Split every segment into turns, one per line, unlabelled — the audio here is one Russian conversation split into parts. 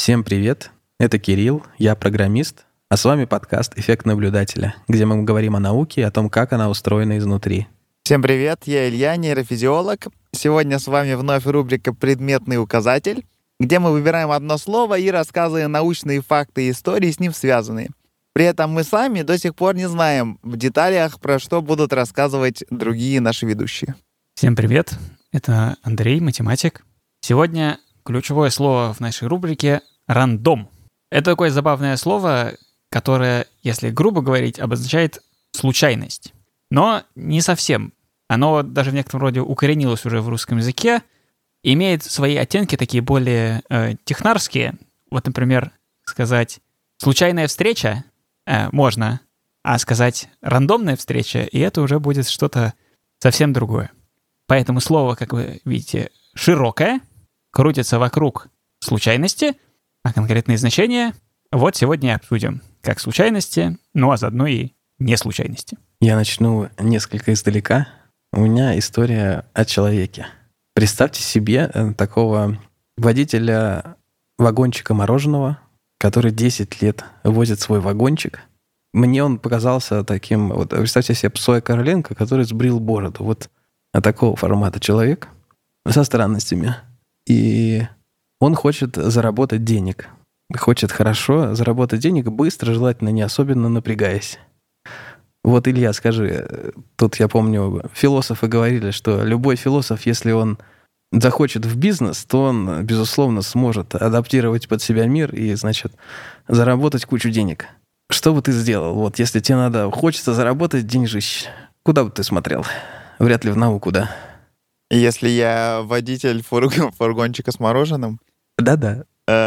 Всем привет, это Кирилл, я программист, а с вами подкаст «Эффект наблюдателя», где мы говорим о науке и о том, как она устроена изнутри.
Всем привет, я Илья, нейрофизиолог. Сегодня с вами вновь рубрика «Предметный указатель», где мы выбираем одно слово и рассказываем научные факты и истории, с ним связанные. При этом мы сами до сих пор не знаем в деталях, про что будут рассказывать другие наши ведущие.
Всем привет, это Андрей, математик. Сегодня ключевое слово в нашей рубрике — «рандом». Это такое забавное слово, которое, если грубо говорить, обозначает случайность. Но не совсем. Оно даже в некотором роде укоренилось уже в русском языке, имеет свои оттенки такие более технарские. Вот, например, сказать «случайная встреча» можно, а сказать «рандомная встреча», и это уже будет что-то совсем другое. Поэтому слово, как вы видите, широкое, крутится вокруг случайности, а конкретные значения вот сегодня и обсудим. Как случайности, ну а заодно и не случайности.
Я начну несколько издалека. У меня история о человеке. Представьте себе такого водителя вагончика мороженого, который 10 лет возит свой вагончик. Мне он показался таким... Вот представьте себе Псоя Короленко, который сбрил бороду. Вот такого формата человек со странностями. И он хочет заработать денег. Хочет хорошо заработать денег, быстро, желательно не особенно напрягаясь. Вот, Илья, скажи, тут я помню, философы говорили, что любой философ, если он захочет в бизнес, то он, безусловно, сможет адаптировать под себя мир и, значит, заработать кучу денег. Что бы ты сделал? Вот, если тебе хочется заработать деньжищ, куда бы ты смотрел? Вряд ли в науку, да?
Если я водитель фургончика с мороженым?
Да-да.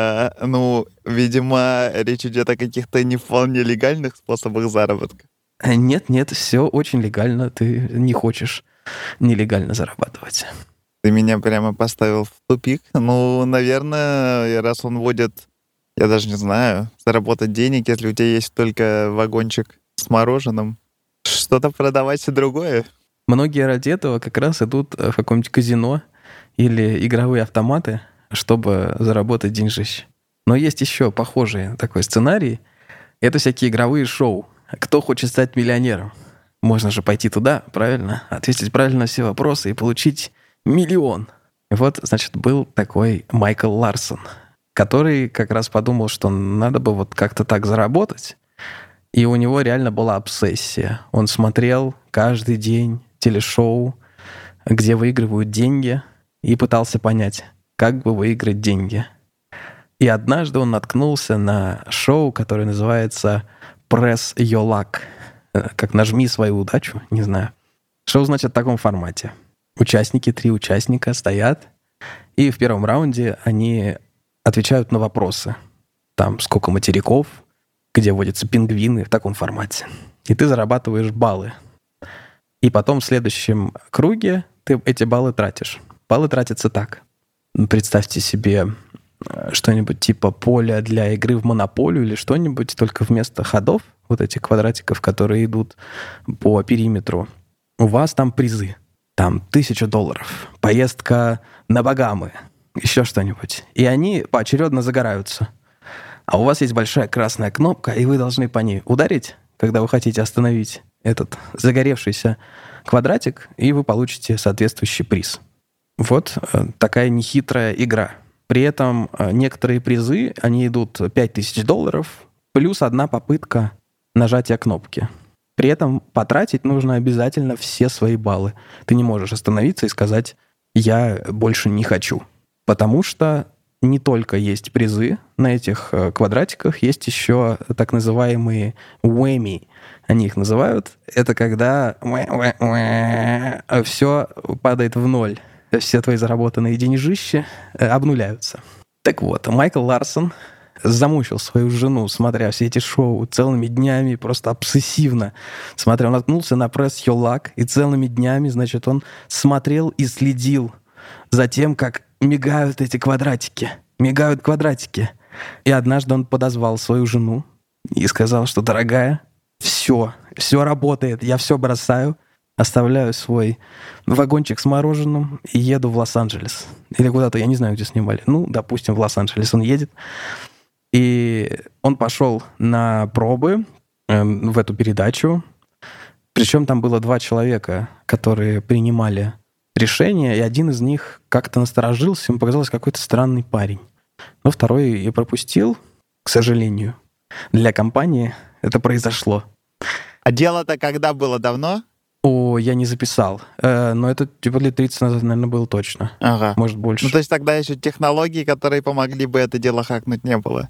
Видимо, речь идет о каких-то не вполне легальных способах заработка.
Нет, все очень легально. Ты не хочешь нелегально зарабатывать.
Ты меня прямо поставил в тупик. Наверное, раз он водит, я даже не знаю, заработать денег, если у тебя есть только вагончик с мороженым, что-то продавать и другое.
Многие ради этого как раз идут в какое-нибудь казино или игровые автоматы, чтобы заработать деньжищ. Но есть еще похожий такой сценарий. Это всякие игровые шоу. Кто хочет стать миллионером? Можно же пойти туда, правильно? Ответить правильно на все вопросы и получить 1 миллион. Вот, значит, был такой Майкл Ларсон, который как раз подумал, что надо бы вот как-то так заработать. И у него реально была обсессия. Он смотрел каждый день телешоу, где выигрывают деньги, и пытался понять, как бы выиграть деньги. И однажды он наткнулся на шоу, которое называется «Press Your Luck». Как «Нажми свою удачу», не знаю. Шоу, значит, в таком формате. 3 участника стоят, и в первом раунде они отвечают на вопросы. Там сколько материков, где водятся пингвины, в таком формате. И ты зарабатываешь баллы. И потом в следующем круге ты эти баллы тратишь. Баллы тратятся так. Представьте себе что-нибудь типа поля для игры в монополию или что-нибудь, только вместо ходов, вот этих квадратиков, которые идут по периметру, у вас там призы. Там $1000, поездка на Багамы, еще что-нибудь. И они поочередно загораются. А у вас есть большая красная кнопка, и вы должны по ней ударить, когда вы хотите остановить этот загоревшийся квадратик, и вы получите соответствующий приз. Вот такая нехитрая игра. При этом некоторые призы, они идут $5000, плюс 1 попытка нажатия кнопки. При этом потратить нужно обязательно все свои баллы. Ты не можешь остановиться и сказать «я больше не хочу». Потому что не только есть призы на этих квадратиках, есть еще так называемые whammy. Они их называют. Это когда все падает в ноль. Все твои заработанные деньжища обнуляются. Так вот, Майкл Ларсон замучил свою жену, смотря все эти шоу целыми днями, просто обсессивно. Смотря, он наткнулся на Press Your Luck, и целыми днями, значит, он смотрел и следил за тем, как мигают эти квадратики. Мигают квадратики. И однажды он подозвал свою жену и сказал, что, дорогая, все работает, я все бросаю, оставляю свой вагончик с мороженым и еду в Лос-Анджелес. Или куда-то, я не знаю, где снимали. Ну, допустим, в Лос-Анджелес он едет. И он пошел на пробы в эту передачу. Причем там было 2 человека, которые принимали решение, и один из них как-то насторожился, ему показалось какой-то странный парень. Но второй и пропустил, к сожалению. Для компании это произошло.
А дело-то когда было, давно?
О, я не записал. Но это типа лет 30 назад, наверное, было точно.
Ага.
Может, больше.
Ну, то есть тогда еще технологий, которые помогли бы это дело хакнуть, не было.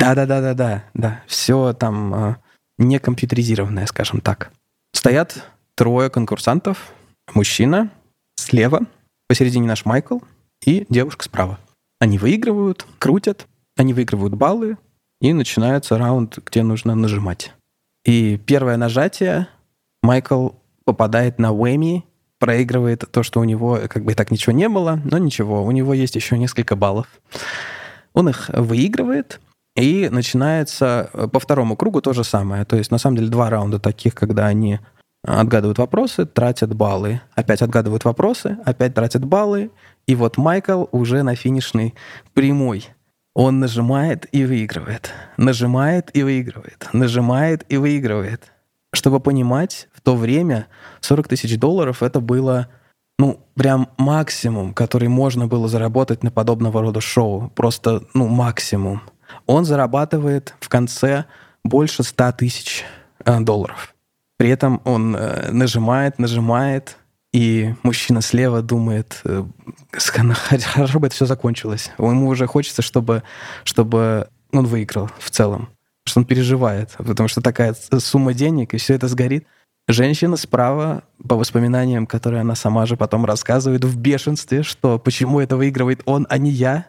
Да. Все там не компьютеризированное, скажем так. Стоят 3 конкурсантов. Мужчина слева, посередине наш Майкл, и девушка справа. Они выигрывают, крутят, они выигрывают баллы, и начинается раунд, где нужно нажимать. И первое нажатие Майкл попадает на Уэми, проигрывает то, что у него как бы и так ничего не было, но ничего, у него есть еще несколько баллов. Он их выигрывает, и начинается по 2 кругу то же самое. То есть, на самом деле, 2 раунда таких, когда они отгадывают вопросы, тратят баллы. Опять отгадывают вопросы, опять тратят баллы. И вот Майкл уже на финишной прямой. Он нажимает и выигрывает. Нажимает и выигрывает. Нажимает и выигрывает. Чтобы понимать, в то время $40 тысяч это было, прям максимум, который можно было заработать на подобного рода шоу. Просто, максимум. Он зарабатывает в конце больше $100 тысяч. При этом он нажимает, и мужчина слева думает, хорошо бы это все закончилось. Ему уже хочется, чтобы он выиграл в целом. Что он переживает, потому что такая сумма денег, и все это сгорит. Женщина справа, по воспоминаниям, которые она сама же потом рассказывает, в бешенстве, что почему это выигрывает он, а не я.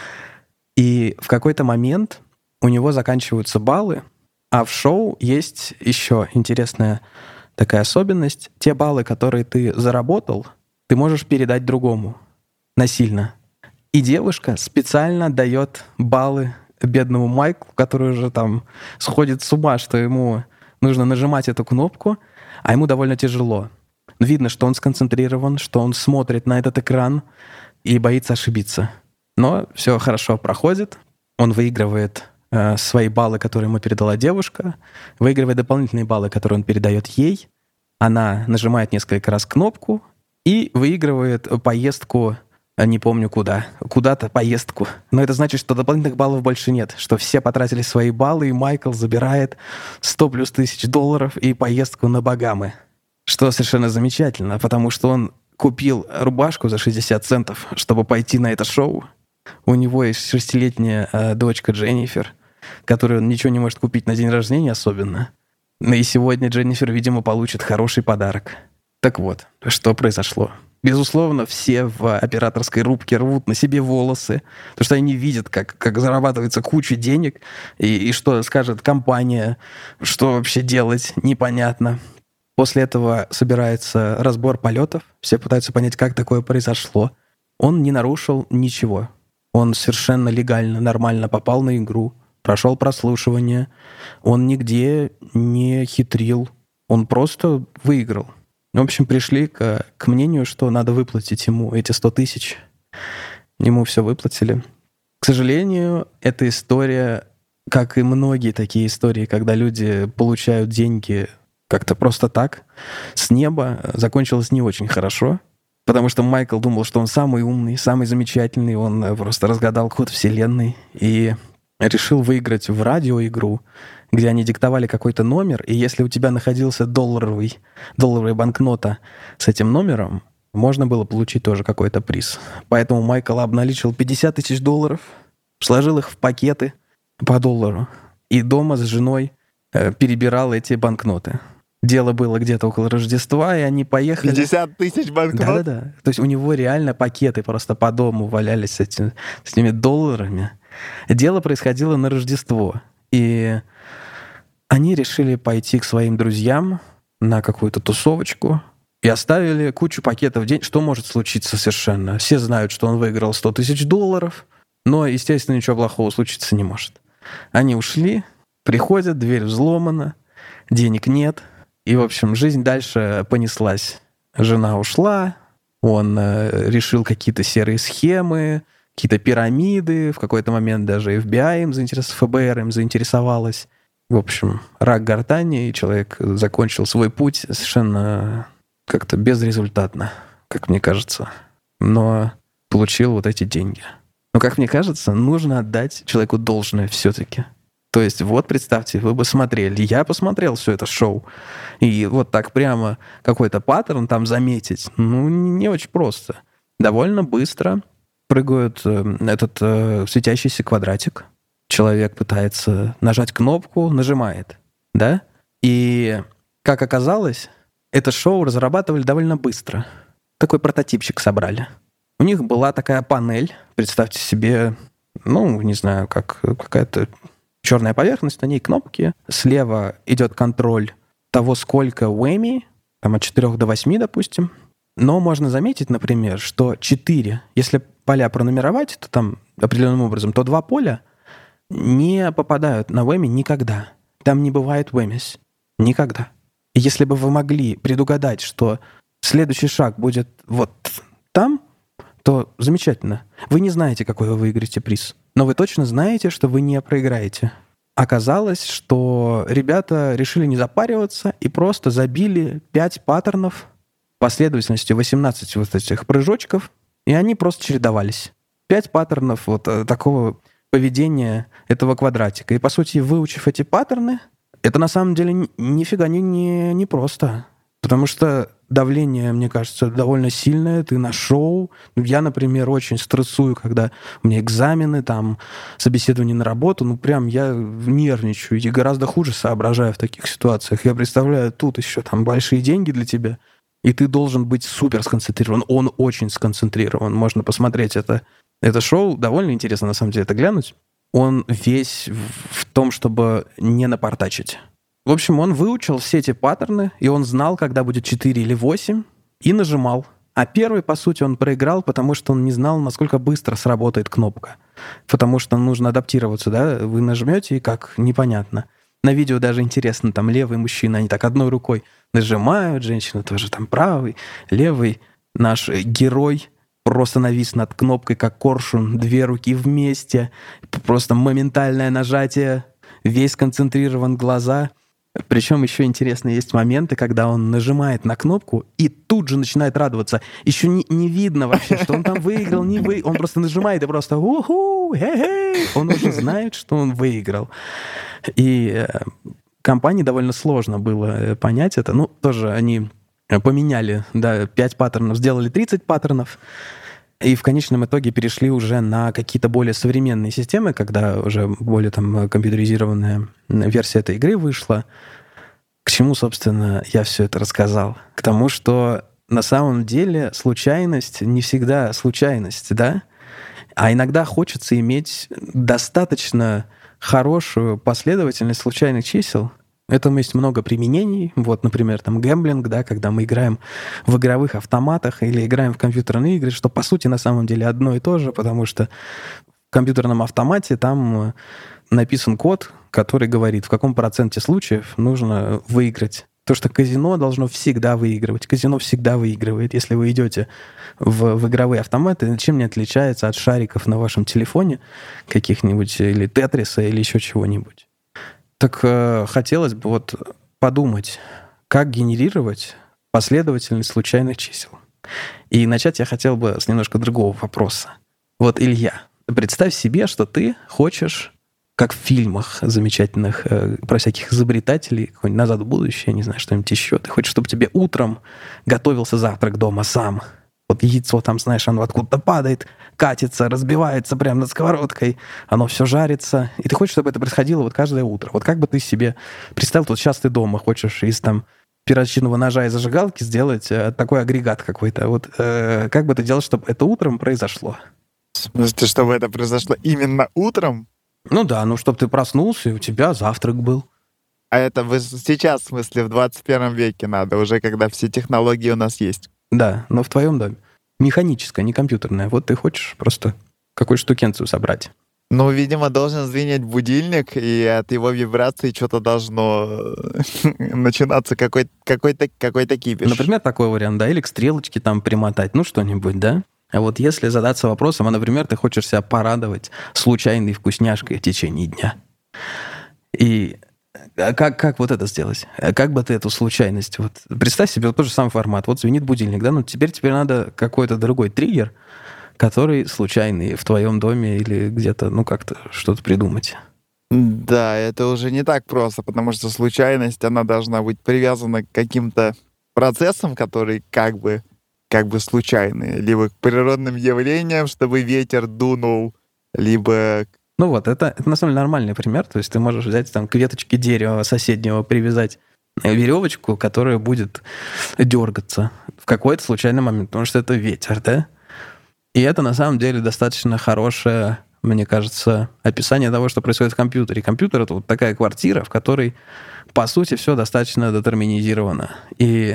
И в какой-то момент у него заканчиваются баллы, а в шоу есть еще интересная такая особенность. Те баллы, которые ты заработал, ты можешь передать другому насильно. И девушка специально дает баллы бедному Майклу, который уже там сходит с ума, что ему нужно нажимать эту кнопку, а ему довольно тяжело. Видно, что он сконцентрирован, что он смотрит на этот экран и боится ошибиться. Но все хорошо проходит. Он выигрывает свои баллы, которые ему передала девушка, выигрывает дополнительные баллы, которые он передает ей. Она нажимает несколько раз кнопку и выигрывает поездку, не помню куда, куда-то поездку. Но это значит, что дополнительных баллов больше нет, что все потратили свои баллы, и Майкл забирает $100 тысяч и поездку на Багамы. Что совершенно замечательно, потому что он купил рубашку за 60 центов, чтобы пойти на это шоу. У него есть 6-летняя дочка Дженнифер, которую он ничего не может купить на день рождения особенно. И сегодня Дженнифер, видимо, получит хороший подарок. Так вот, что произошло? Безусловно, все в операторской рубке рвут на себе волосы, потому что они видят, как зарабатывается куча денег, и что скажет компания, что вообще делать, непонятно. После этого собирается разбор полетов, все пытаются понять, как такое произошло. Он не нарушил ничего. Он совершенно легально, нормально попал на игру, прошел прослушивание, он нигде не хитрил, он просто выиграл. В общем, пришли к мнению, что надо выплатить ему эти 100 тысяч. Ему все выплатили. К сожалению, эта история, как и многие такие истории, когда люди получают деньги как-то просто так, с неба, закончилась не очень хорошо. Потому что Майкл думал, что он самый умный, самый замечательный, он просто разгадал код вселенной и решил выиграть в радиоигру, где они диктовали какой-то номер, и если у тебя находился долларовая банкнота с этим номером, можно было получить тоже какой-то приз. Поэтому Майкл обналичил $50 тысяч, сложил их в пакеты по $1 и дома с женой перебирал эти банкноты. Дело было где-то около Рождества, и они поехали...
50 тысяч банкнот?
Да. То есть у него реально пакеты просто по дому валялись с этими долларами. Дело происходило на Рождество. И они решили пойти к своим друзьям на какую-то тусовочку и оставили кучу пакетов денег. Что может случиться совершенно? Все знают, что он выиграл $100 тысяч, но, естественно, ничего плохого случиться не может. Они ушли, приходят, дверь взломана, денег нет. И, в общем, жизнь дальше понеслась. Жена ушла, он решил какие-то серые схемы, какие-то пирамиды. В какой-то момент даже ФБР им заинтересовалась. В общем, рак гортани, и человек закончил свой путь совершенно как-то безрезультатно, как мне кажется. Но получил вот эти деньги. Но, как мне кажется, нужно отдать человеку должное все-таки. То есть, вот представьте, вы бы смотрели. Я посмотрел все это шоу. И вот так прямо какой-то паттерн там заметить, не очень просто. Довольно быстро прыгает этот светящийся квадратик. Человек пытается нажать кнопку, нажимает, да? И, как оказалось, это шоу разрабатывали довольно быстро. Такой прототипчик собрали. У них была такая панель, представьте себе, не знаю, как какая-то черная поверхность, на ней кнопки. Слева идет контроль того, сколько Whammy, там от 4 до 8, допустим. Но можно заметить, например, что 4, если поля пронумеровать, то там определенным образом, то 2 поля не попадают на Whammy никогда. Там не бывает Whammies. Никогда. И если бы вы могли предугадать, что следующий шаг будет вот там, то замечательно. Вы не знаете, какой вы выиграете приз. Но вы точно знаете, что вы не проиграете. Оказалось, что ребята решили не запариваться и просто забили 5 паттернов последовательностью 18 вот этих прыжочков, и они просто чередовались. 5 паттернов вот такого поведения этого квадратика. И, по сути, выучив эти паттерны, это на самом деле нифига не просто. Потому что давление, мне кажется, довольно сильное. Ты на шоу. Я, например, очень стрессую, когда у меня экзамены, там, собеседование на работу. Прям я нервничаю и гораздо хуже соображаю в таких ситуациях. Я представляю, тут еще там большие деньги для тебя, и ты должен быть супер сконцентрирован. Он очень сконцентрирован. Можно посмотреть это шоу. Довольно интересно, на самом деле, это глянуть. Он весь в том, чтобы не напортачить. В общем, он выучил все эти паттерны, и он знал, когда будет 4 или 8, и нажимал. А первый, по сути, он проиграл, потому что он не знал, насколько быстро сработает кнопка. Потому что нужно адаптироваться, да? Вы нажмете, и как? Непонятно. На видео даже интересно, там левый мужчина, они так одной рукой нажимают, женщина тоже там правый, левый. Наш герой просто навис над кнопкой, как коршун, 2 руки вместе, просто моментальное нажатие, весь сконцентрирован, глаза. Причем еще интересные есть моменты, когда он нажимает на кнопку и тут же начинает радоваться. Еще не видно вообще, что он там выиграл, не выиграл. Он просто нажимает и просто уху, хе-хе. Он уже знает, что он выиграл. И компании довольно сложно было понять это. Тоже они поменяли, 5 паттернов, сделали 30 паттернов. И в конечном итоге перешли уже на какие-то более современные системы, когда уже более там компьютеризированная версия этой игры вышла. К чему, собственно, я все это рассказал? К тому, что на самом деле случайность не всегда случайность, да? А иногда хочется иметь достаточно хорошую последовательность случайных чисел. Этому есть много применений. Вот, например, там гэмблинг, да, когда мы играем в игровых автоматах или играем в компьютерные игры, что, по сути, на самом деле одно и то же, потому что в компьютерном автомате там написан код, который говорит, в каком проценте случаев нужно выиграть. То, что казино должно всегда выигрывать. Казино всегда выигрывает. Если вы идете в игровые автоматы, ничем не отличается от шариков на вашем телефоне каких-нибудь, или тетриса, или еще чего-нибудь. Так хотелось бы вот подумать, как генерировать последовательность случайных чисел. И начать я хотел бы с немножко другого вопроса. Вот, Илья, представь себе, что ты хочешь, как в фильмах замечательных про всяких изобретателей, какой-нибудь «Назад в будущее», не знаю, что-нибудь еще. Ты хочешь, чтобы тебе утром готовился завтрак дома сам. Вот яйцо там, знаешь, оно откуда-то падает, катится, разбивается прямо над сковородкой, оно все жарится. И ты хочешь, чтобы это происходило вот каждое утро. Вот как бы ты себе представил, вот сейчас ты дома хочешь из там перочинного ножа и зажигалки сделать такой агрегат какой-то. Вот как бы ты делал, чтобы это утром произошло?
В смысле, чтобы это произошло именно утром?
Чтобы ты проснулся, и у тебя завтрак был.
А это сейчас, в смысле, в 21 веке надо, уже когда все технологии у нас есть.
Да, но в твоем доме. Механическое, не компьютерное. Вот ты хочешь просто какую-то штукенцию собрать.
Ну, видимо, должен звенеть будильник, и от его вибрации что-то должно начинаться, какой-то кипиш.
Например, такой вариант, да, или к стрелочке там примотать, ну, что-нибудь, да? А вот если задаться вопросом, а, например, ты хочешь себя порадовать случайной вкусняшкой в течение дня, и как вот это сделать? Как бы ты эту случайность... Вот представь себе вот тот же самый формат. Вот звенит будильник, да? Ну, теперь надо какой-то другой триггер, который случайный в твоем доме или где-то, ну, как-то что-то придумать.
Да, это уже не так просто, потому что случайность, она должна быть привязана к каким-то процессам, которые как бы случайные, либо к природным явлениям, чтобы ветер дунул, либо...
Ну вот, это на самом деле нормальный пример. То есть ты можешь взять там к веточке дерева соседнего, привязать веревочку, которая будет дергаться в какой-то случайный момент, потому что это ветер, да? И это на самом деле достаточно хорошее, мне кажется, описание того, что происходит в компьютере. Компьютер — это вот такая квартира, в которой, по сути, все достаточно детерминизировано. И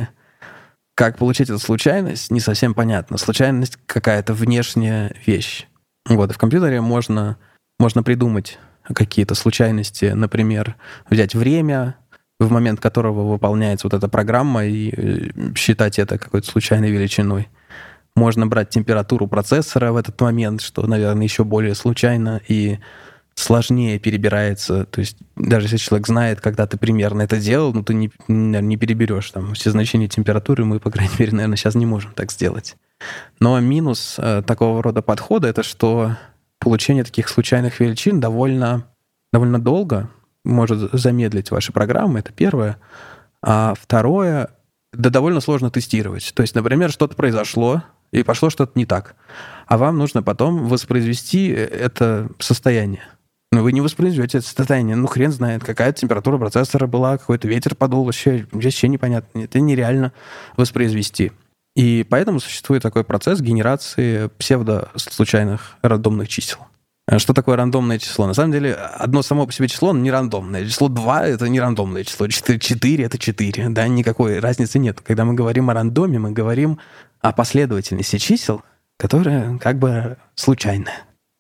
как получить эту случайность, не совсем понятно. Случайность — какая-то внешняя вещь. Вот, и в компьютере можно придумать какие-то случайности, например, взять время, в момент которого выполняется вот эта программа, и считать это какой-то случайной величиной. Можно брать температуру процессора в этот момент, что, наверное, еще более случайно и сложнее перебирается. То есть даже если человек знает, когда ты примерно это делал, ну, ты не переберешь там все значения температуры. Мы, по крайней мере, наверное, сейчас не можем так сделать. Но минус такого рода подхода — это что получение таких случайных величин довольно долго может замедлить ваши программы, это первое. А второе, да довольно сложно тестировать. То есть, например, что-то произошло, и пошло что-то не так. А вам нужно потом воспроизвести это состояние. Но вы не воспроизведете это состояние. Ну, хрен знает, какая температура процессора была, какой-то ветер подул, вообще непонятно. Это нереально воспроизвести. И поэтому существует такой процесс генерации псевдослучайных рандомных чисел. Что такое рандомное число? На самом деле, одно само по себе число, оно не рандомное. Число 2 — это не рандомное число. 4 — это 4. Да, никакой разницы нет. Когда мы говорим о рандоме, мы говорим о последовательности чисел, которая как бы случайная.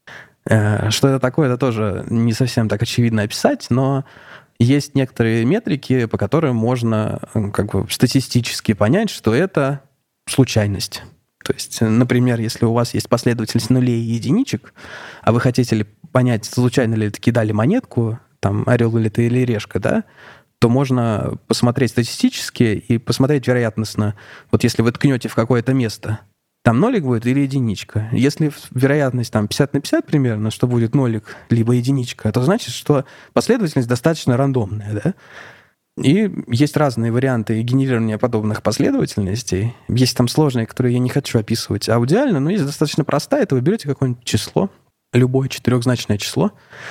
Что это такое, это тоже не совсем так очевидно описать, но есть некоторые метрики, по которым можно как бы статистически понять, что это случайность. То есть, например, если у вас есть последовательность нулей и единичек, а вы хотите понять, случайно ли это кидали монетку, там, орел или ты или решка, да, то можно посмотреть статистически и посмотреть вероятностно. Вот если вы ткнете в какое-то место, там нолик будет или единичка. Если вероятность там 50 на 50 примерно, что будет нолик либо единичка, то значит, что последовательность достаточно рандомная, да? И есть разные варианты генерирования подобных последовательностей. Есть там сложные, которые я не хочу описывать аудиально, но есть достаточно простая. Это вы берете какое-нибудь число, любое четырехзначное число,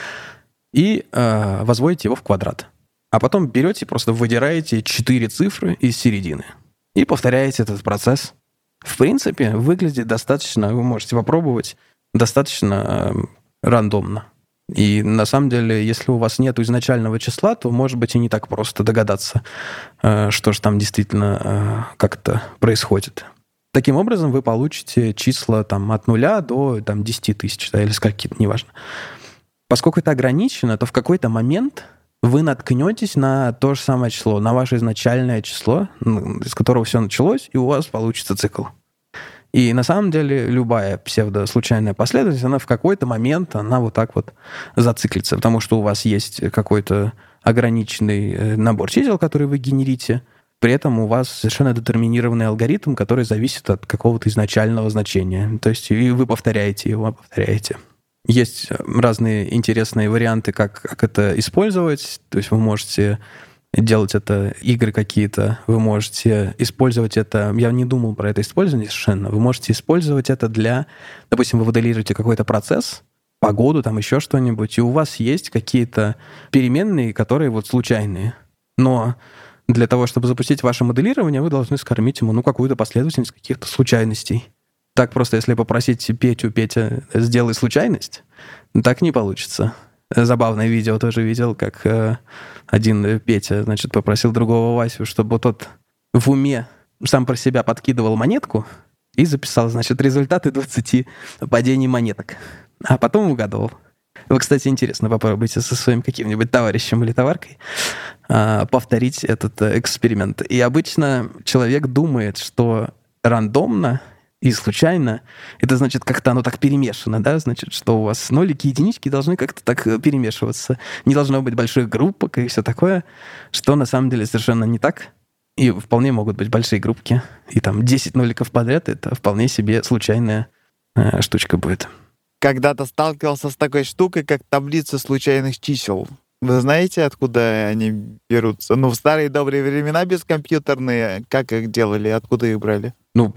и возводите его в квадрат. А потом берете, просто выдираете 4 цифры из середины и повторяете этот процесс. В принципе, выглядит достаточно, вы можете попробовать, достаточно рандомно. И на самом деле, если у вас нет изначального числа, то, может быть, и не так просто догадаться, что же там действительно как-то происходит. Таким образом, вы получите числа там, от 0 до там, 10 тысяч, да, или скольки-то, неважно. Поскольку это ограничено, то в какой-то момент вы наткнетесь на то же самое число, на ваше изначальное число, из которого все началось, и у вас получится цикл. И на самом деле любая псевдослучайная последовательность, она в какой-то момент, она вот так вот зациклится, потому что у вас есть какой-то ограниченный набор чисел, который вы генерите, при этом у вас совершенно детерминированный алгоритм, который зависит от какого-то изначального значения. То есть и вы повторяете его, повторяете. Есть разные интересные варианты, как это использовать. То есть вы можете делать это, игры какие-то, вы можете использовать это, я не думал про это использование совершенно, вы можете использовать это для, допустим, вы моделируете какой-то процесс, погоду, там еще что-нибудь, и у вас есть какие-то переменные, которые вот случайные. Но для того, чтобы запустить ваше моделирование, вы должны скормить ему, какую-то последовательность каких-то случайностей. Так просто, если попросить Петя, сделай случайность, так не получится. Забавное видео тоже видел, как один Петя, попросил другого Васю, чтобы тот в уме сам про себя подкидывал монетку и записал, результаты 20 падений монеток. А потом угадывал. Вы, кстати, интересно, попробуйте со своим каким-нибудь товарищем или товаркой повторить этот эксперимент. И обычно человек думает, что рандомно и случайно, это значит, как-то оно так перемешано, да, значит, что у вас нолики и единички должны как-то так перемешиваться. Не должно быть больших группок и все такое, что на самом деле совершенно не так. И вполне могут быть большие группки. И там 10 ноликов подряд — это вполне себе случайная штучка будет.
Когда-то сталкивался с такой штукой, как таблица случайных чисел. Вы знаете, откуда они берутся? Ну, в старые добрые времена бескомпьютерные, как их делали, откуда их брали?
Ну,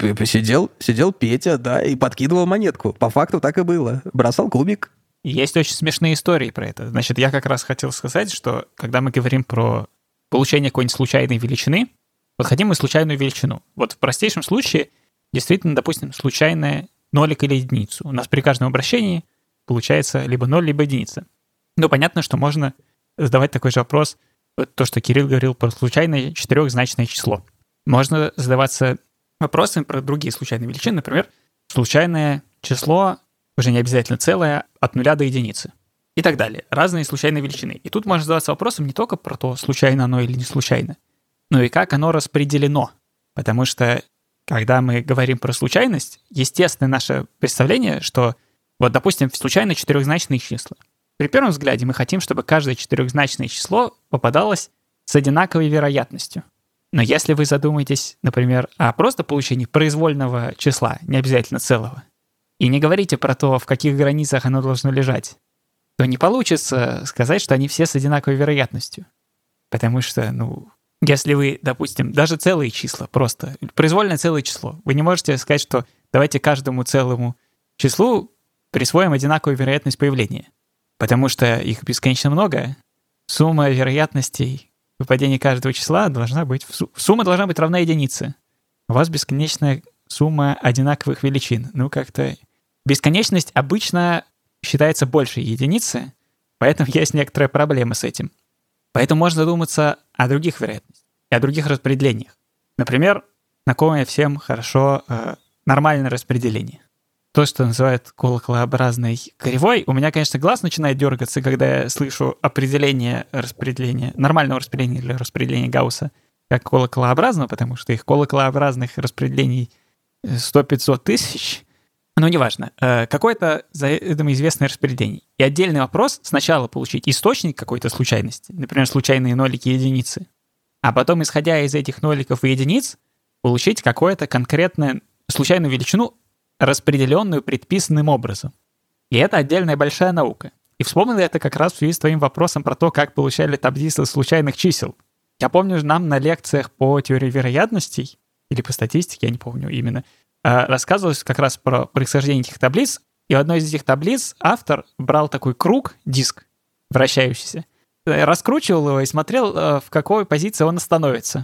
сидел Петя, да, и подкидывал монетку. По факту так и было. Бросал кубик.
Есть очень смешные истории про это. Значит, я как раз хотел сказать, что когда мы говорим про получение какой-нибудь случайной величины, вот хотим мы случайную величину. Вот в простейшем случае, действительно, допустим, случайная нолик или единицу. У нас при каждом обращении получается либо 0, либо единица. Но понятно, что можно задавать такой же вопрос, вот то, что Кирилл говорил про случайное четырехзначное число. Можно задаваться вопросами про другие случайные величины, например, случайное число, уже не обязательно целое, от 0 до единицы. И так далее. Разные случайные величины. И тут можно задаваться вопросом не только про то, случайно оно или не случайно, но и как оно распределено. Потому что, когда мы говорим про случайность, естественное наше представление, что, вот, допустим, случайно четырехзначные числа. При первом взгляде мы хотим, чтобы каждое четырехзначное число попадалось с одинаковой вероятностью. Но если вы задумаетесь, например, о просто получении произвольного числа, не обязательно целого, и не говорите про то, в каких границах оно должно лежать, то не получится сказать, что они все с одинаковой вероятностью. Потому что, если вы, допустим, даже целые числа, просто произвольное целое число, вы не можете сказать, что давайте каждому целому числу присвоим одинаковую вероятность появления. Потому что их бесконечно много. Сумма вероятностей выпадения каждого числа должна быть... Сумма должна быть равна единице. У вас бесконечная сумма одинаковых величин. Как-то... Бесконечность обычно считается больше единицы, поэтому есть некоторая проблема с этим. Поэтому можно задуматься о других вероятностях и о других распределениях. Например, знакомое всем хорошо нормальное распределение. То, что называют колоколообразной кривой. У меня, конечно, глаз начинает дергаться, когда я слышу определение распределения, нормального распределения или распределения Гаусса как колоколообразного, потому что их колоколообразных распределений 100-500 тысяч. Но неважно. Какое-то заведомо известное распределение. И отдельный вопрос — сначала получить источник какой-то случайности, например, случайные нолики и единицы, а потом, исходя из этих ноликов и единиц, получить какое-то конкретное случайную величину, распределенную предписанным образом. И это отдельная большая наука. И вспомнил я это как раз в связи с твоим вопросом про то, как получали таблицы случайных чисел. Я помню, нам на лекциях по теории вероятностей, или по статистике, я не помню именно, рассказывалось как раз про происхождение этих таблиц, и в одной из этих таблиц автор брал такой круг, диск, вращающийся, раскручивал его и смотрел, в какой позиции он остановится.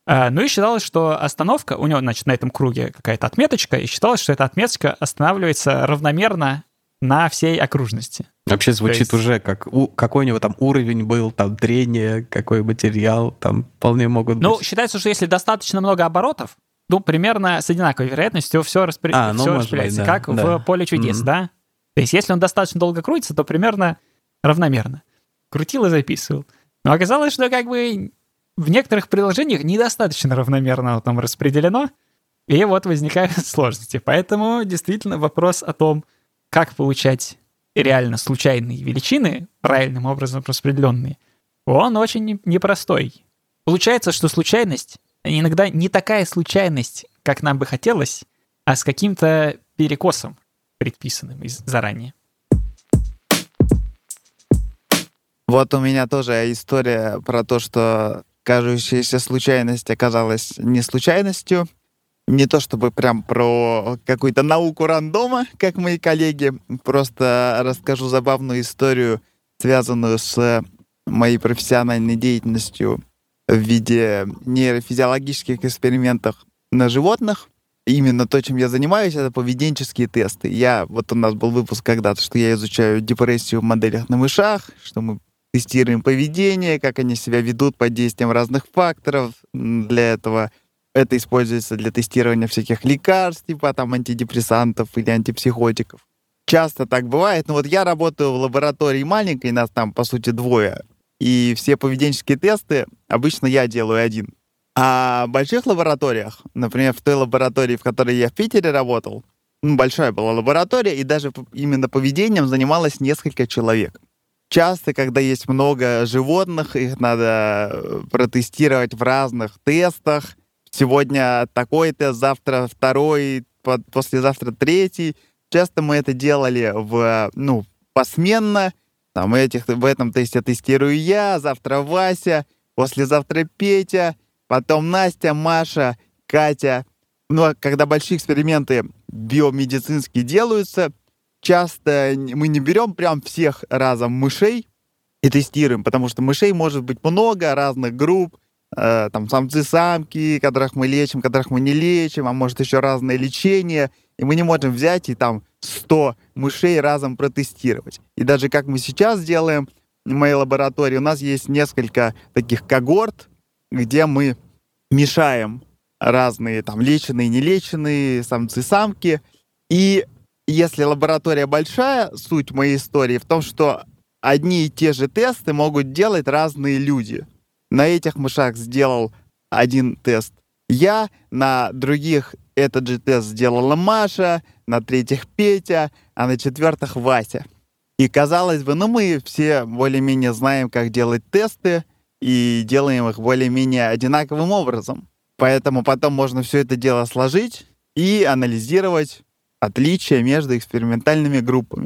И считалось, что остановка, у него, значит, на этом круге какая-то отметочка, и считалось, что эта отметочка останавливается равномерно на всей окружности.
Вообще звучит уже как какой у него там уровень был, там трение, какой материал, там вполне могут быть.
Считается, что если достаточно много оборотов, примерно с одинаковой вероятностью все распределяется, да, как в поле чудес, да? То есть если он достаточно долго крутится, то примерно равномерно. Крутил и записывал. Но оказалось, что в некоторых приложениях недостаточно равномерно там распределено, и вот возникают сложности. Поэтому действительно вопрос о том, как получать реально случайные величины, правильным образом распределенные, он очень непростой. Получается, что случайность иногда не такая случайность, как нам бы хотелось, а с каким-то перекосом, предписанным заранее.
Вот у меня тоже история про то, что кажущаяся случайность оказалась не случайностью. Не то чтобы прям про какую-то науку рандома, как мои коллеги, просто расскажу забавную историю, связанную с моей профессиональной деятельностью в виде нейрофизиологических экспериментов на животных. Именно то, чем я занимаюсь, это поведенческие тесты. У нас был выпуск когда-то, что я изучаю депрессию в моделях на мышах, что мы тестируем поведение, как они себя ведут под действием разных факторов. Для этого это используется для тестирования всяких лекарств, типа антидепрессантов или антипсихотиков. часто так бывает. Ну вот я работаю в лаборатории маленькой, нас там, по сути, двое. И все поведенческие тесты обычно я делаю один. А в больших лабораториях, например, в той лаборатории, в которой я в Питере работал, большая была лаборатория, и даже именно поведением занималось несколько человек. Часто, когда есть много животных, их надо протестировать в разных тестах. Сегодня такой тест, завтра второй, послезавтра третий. Часто мы это делали посменно. Там, в этом тесте тестирую я, завтра Вася, послезавтра Петя, потом Настя, Маша, Катя. Но когда большие эксперименты биомедицинские делаются, часто мы не берем прям всех разом мышей и тестируем, потому что мышей может быть много, разных групп, там самцы-самки, которых мы лечим, которых мы не лечим, а может еще разное лечение, и мы не можем взять и там 100 мышей разом протестировать. И даже как мы сейчас делаем в моей лаборатории, у нас есть несколько таких когорт, где мы мешаем разные там леченые, нелеченные, самцы-самки. И если лаборатория большая, суть моей истории в том, что одни и те же тесты могут делать разные люди. На этих мышах сделал один тест я, на других этот же тест сделала Маша, на третьих Петя, а на четвертых Вася. И казалось бы, мы все более-менее знаем, как делать тесты, и делаем их более-менее одинаковым образом. Поэтому потом можно все это дело сложить и анализировать отличия между экспериментальными группами.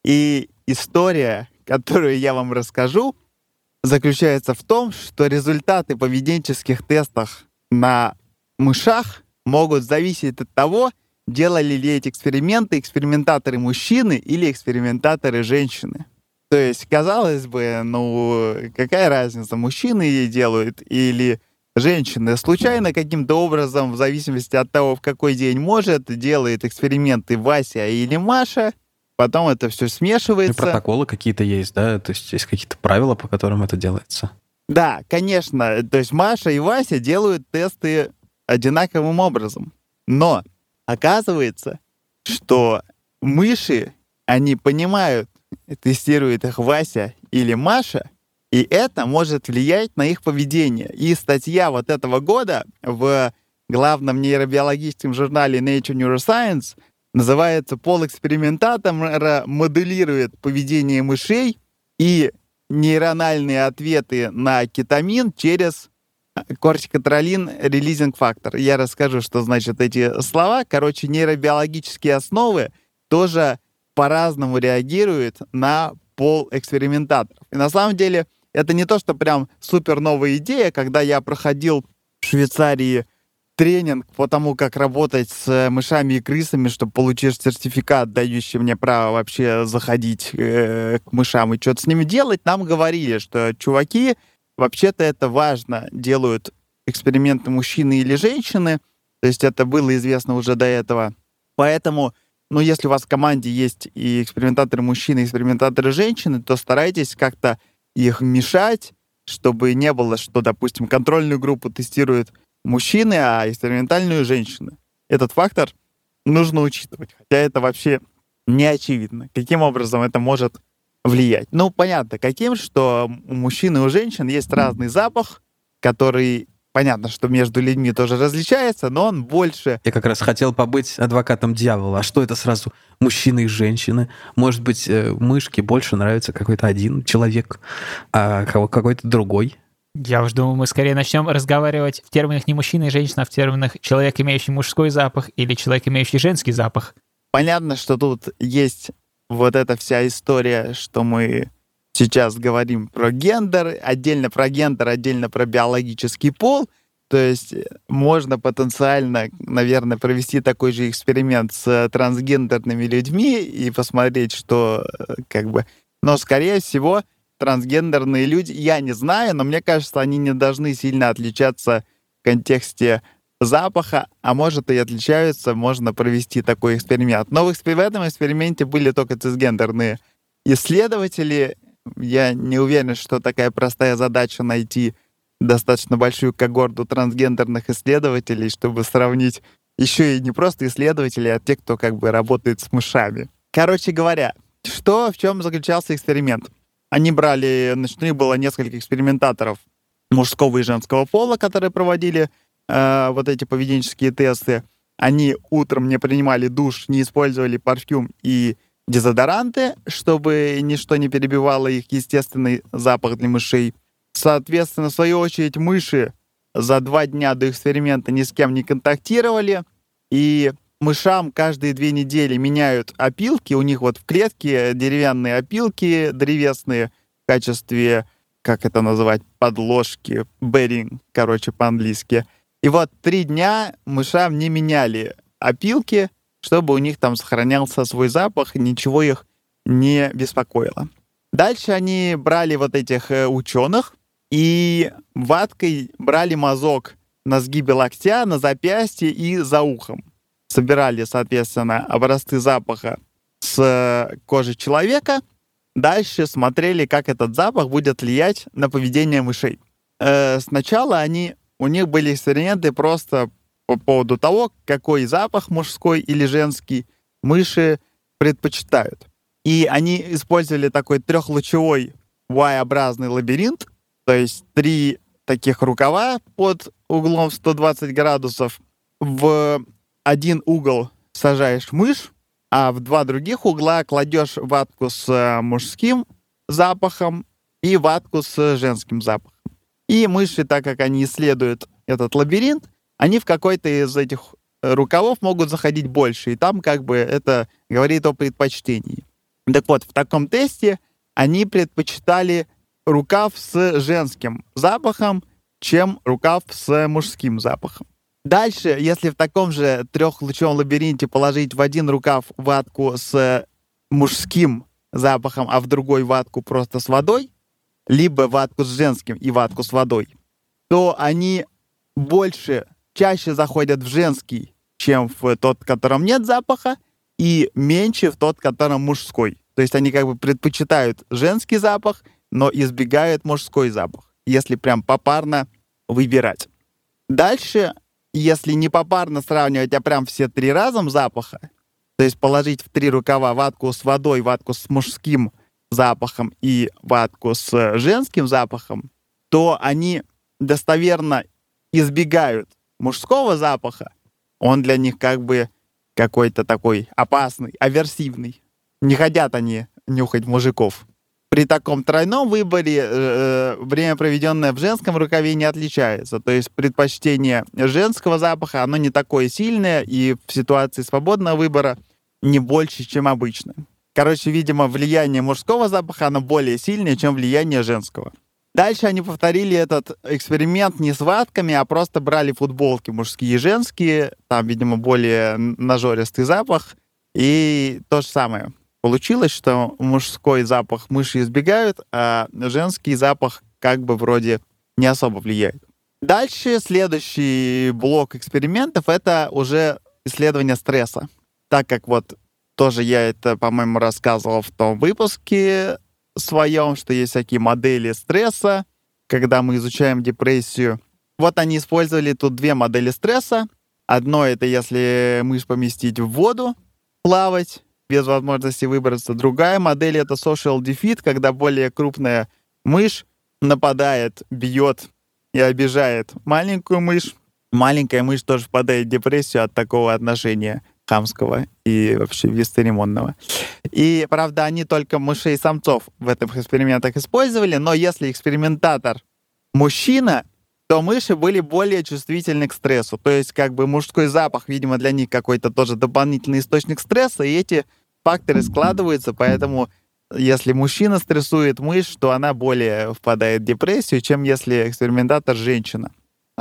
И история, которую я вам расскажу, заключается в том, что результаты поведенческих тестов на мышах могут зависеть от того, делали ли эти эксперименты экспериментаторы мужчины или экспериментаторы женщины. То есть, казалось бы, какая разница, мужчины ее делают или женщины? Случайно каким-то образом, в зависимости от того, в какой день может, делает эксперименты Вася или Маша, потом это все смешивается.
И протоколы какие-то есть, да? То есть есть какие-то правила, по которым это делается?
Да, конечно. То есть Маша и Вася делают тесты одинаковым образом. Но оказывается, что мыши, они понимают, тестирует их Вася или Маша, и это может влиять на их поведение. И статья вот этого года в главном нейробиологическом журнале Nature Neuroscience называется «Полэкспериментатор моделирует поведение мышей и нейрональные ответы на кетамин через кортикотролин релизинг фактор». Я расскажу, что значат эти слова. Короче, нейробиологические основы тоже по-разному реагируют на пол экспериментаторов. И на самом деле это не то, что прям супер новая идея. Когда я проходил в Швейцарии тренинг по тому, как работать с мышами и крысами, чтобы получить сертификат, дающий мне право вообще заходить к мышам и что-то с ними делать, нам говорили, что чуваки, вообще-то это важно, делают эксперименты мужчины или женщины. То есть это было известно уже до этого. Поэтому если у вас в команде есть и экспериментаторы мужчины, и экспериментаторы женщины, то старайтесь как-то их мешать, чтобы не было, что, допустим, контрольную группу тестируют мужчины, а экспериментальную — женщины. Этот фактор нужно учитывать, хотя это вообще не очевидно, каким образом это может влиять. Понятно, каким, что у мужчин и у женщин есть разный запах, который... Понятно, что между людьми тоже различается, но он больше...
Я как раз хотел побыть адвокатом дьявола. А что это сразу мужчины и женщины? Может быть, мышке больше нравится какой-то один человек, а какой-то другой?
Я уж думаю, мы скорее начнем разговаривать в терминах не мужчина и женщина, а в терминах человек, имеющий мужской запах, или человек, имеющий женский запах.
Понятно, что тут есть вот эта вся история, что мы сейчас говорим про гендер, отдельно про биологический пол. То есть можно потенциально, наверное, провести такой же эксперимент с трансгендерными людьми и посмотреть, что Но, скорее всего, трансгендерные люди, я не знаю, но мне кажется, они не должны сильно отличаться в контексте запаха, а может и отличаются, можно провести такой эксперимент. Но в этом эксперименте были только цисгендерные исследователи. Я не уверен, что такая простая задача найти достаточно большую когорту трансгендерных исследователей, чтобы сравнить еще и не просто исследователей, а те, кто работает с мышами. Короче говоря, в чем заключался эксперимент? Они брали, значит, у них было несколько экспериментаторов мужского и женского пола, которые проводили вот эти поведенческие тесты. Они утром не принимали душ, не использовали парфюм и дезодоранты, чтобы ничто не перебивало их естественный запах для мышей. Соответственно, в свою очередь, мыши за 2 дня до эксперимента ни с кем не контактировали, и мышам каждые 2 недели меняют опилки. У них вот в клетке деревянные опилки древесные в качестве, как это называть, подложки, bedding, короче, по-английски. И вот 3 дня мышам не меняли опилки, чтобы у них там сохранялся свой запах, и ничего их не беспокоило. Дальше они брали вот этих ученых и ваткой брали мазок на сгибе локтя, на запястье и за ухом. Собирали, соответственно, образцы запаха с кожи человека. Дальше смотрели, как этот запах будет влиять на поведение мышей. Сначала у них были эксперименты просто по поводу того, какой запах, мужской или женский, мыши предпочитают. И они использовали такой 3-лучевой Y-образный лабиринт, то есть 3 таких рукава под углом 120 градусов. В один угол сажаешь мышь, а в 2 других угла кладешь ватку с мужским запахом и ватку с женским запахом. И мыши, так как они исследуют этот лабиринт, они в какой-то из этих рукавов могут заходить больше, и там как бы это говорит о предпочтении. Так вот, в таком тесте они предпочитали рукав с женским запахом, чем рукав с мужским запахом. Дальше, если в таком же 3-лучевом лабиринте положить в один рукав ватку с мужским запахом, а в другой ватку просто с водой, либо ватку с женским и ватку с водой, то они чаще заходят в женский, чем в тот, в котором нет запаха, и меньше в тот, в котором мужской. То есть они как бы предпочитают женский запах, но избегают мужской запах, если прям попарно выбирать. Дальше, если не попарно сравнивать, а прям все 3 разом запаха, то есть положить в 3 рукава ватку с водой, ватку с мужским запахом и ватку с женским запахом, то они достоверно избегают мужского запаха. Он для них как бы какой-то такой опасный, аверсивный. Не хотят они нюхать мужиков. При таком тройном выборе время, проведенное в женском рукаве, не отличается. То есть предпочтение женского запаха, оно не такое сильное, и в ситуации свободного выбора не больше, чем обычно. Короче, видимо, влияние мужского запаха, оно более сильное, чем влияние женского. Дальше они повторили этот эксперимент не с ватками, а просто брали футболки мужские и женские. Там, видимо, более нажористый запах. И то же самое. Получилось, что мужской запах мыши избегают, а женский запах как бы вроде не особо влияет. Дальше следующий блок экспериментов — это уже исследование стресса. Так как вот тоже я это, по-моему, рассказывал в том выпуске своем, что есть всякие модели стресса, когда мы изучаем депрессию. Вот они использовали тут 2 модели стресса. Одно — это если мышь поместить в воду, плавать, без возможности выбраться. Другая модель — это social defeat, когда более крупная мышь нападает, бьет и обижает маленькую мышь. Маленькая мышь тоже впадает в депрессию от такого отношения хамского и вообще бесцеремонного. И, правда, они только мышей-самцов в этих экспериментах использовали, но если экспериментатор мужчина, то мыши были более чувствительны к стрессу. То есть как бы мужской запах, видимо, для них какой-то тоже дополнительный источник стресса, и эти факторы складываются, поэтому если мужчина стрессует мышь, то она более впадает в депрессию, чем если экспериментатор женщина.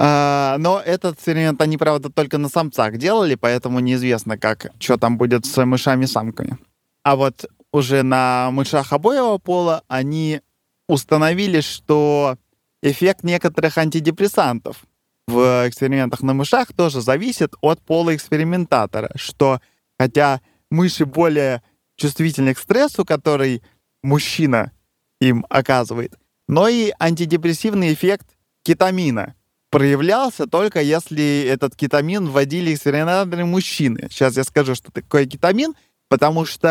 Но этот эксперимент они, правда, только на самцах делали, поэтому неизвестно, что там будет с мышами-самками. А вот уже на мышах обоего пола они установили, что эффект некоторых антидепрессантов в экспериментах на мышах тоже зависит от пола экспериментатора, что хотя мыши более чувствительны к стрессу, который мужчина им оказывает, но и антидепрессивный эффект кетамина проявлялся только если этот кетамин вводили экспериментаторы мужчины. Сейчас я скажу, что такое кетамин, потому что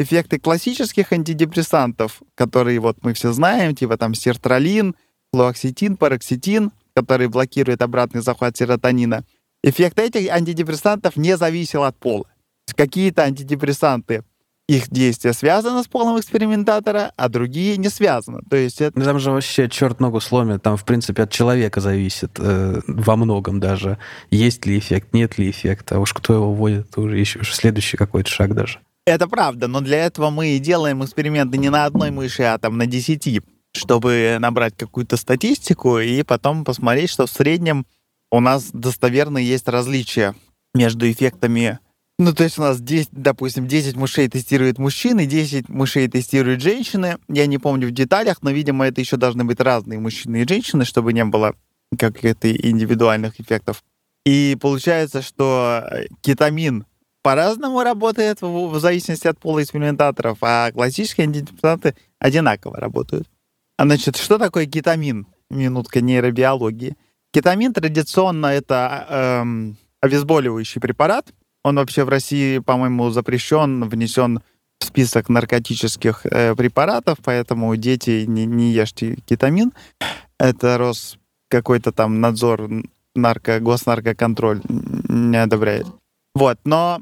эффекты классических антидепрессантов, которые вот мы все знаем, типа там сертралин, флуоксетин, пароксетин, которые блокируют обратный захват серотонина, эффект этих антидепрессантов не зависел от пола. Какие-то антидепрессанты, их действие связано с полом экспериментатора, а другие не связаны. То есть это...
Там же вообще черт ногу сломит. Там, в принципе, от человека зависит во многом даже. Есть ли эффект, нет ли эффекта. А уж кто его вводит, уже еще следующий какой-то шаг даже.
Это правда, но для этого мы и делаем эксперименты не на одной мыши, а там на 10, чтобы набрать какую-то статистику и потом посмотреть, что в среднем у нас достоверно есть различия между эффектами. Ну, то есть у нас 10, допустим, 10 мышей тестируют мужчины, 10 мышей тестируют женщины. Я не помню в деталях, но, видимо, это еще должны быть разные мужчины и женщины, чтобы не было каких-то индивидуальных эффектов. И получается, что кетамин по-разному работает в зависимости от пола экспериментаторов, а классические антидепрессанты одинаково работают. А значит, что такое кетамин? Минутка нейробиологии. Кетамин традиционно это обезболивающий препарат. Он вообще в России, по-моему, запрещен, внесен в список наркотических препаратов, поэтому дети не ешьте кетамин. Это какой-то там надзор, госнаркоконтроль не одобряет. Вот, но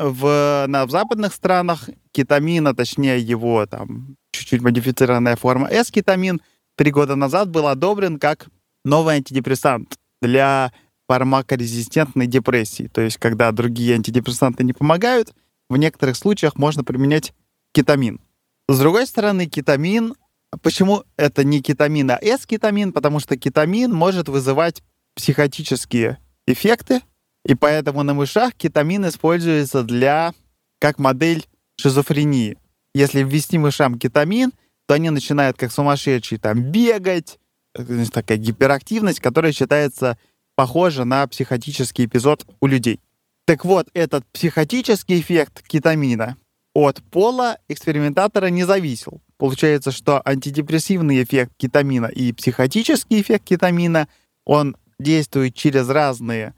в западных странах кетамина, точнее его там чуть-чуть модифицированная форма эскетамин 3 года назад был одобрен как новый антидепрессант для фармакорезистентной депрессии. То есть, когда другие антидепрессанты не помогают, в некоторых случаях можно применять кетамин. С другой стороны, кетамин... Почему это не кетамин, а эскетамин? Потому что кетамин может вызывать психотические эффекты, и поэтому на мышах кетамин используется как модель шизофрении. Если ввести мышам кетамин, то они начинают как сумасшедшие там бегать, такая гиперактивность, которая считается похожа на психотический эпизод у людей. Так вот, этот психотический эффект кетамина от пола экспериментатора не зависел. Получается, что антидепрессивный эффект кетамина и психотический эффект кетамина, он действует через разные,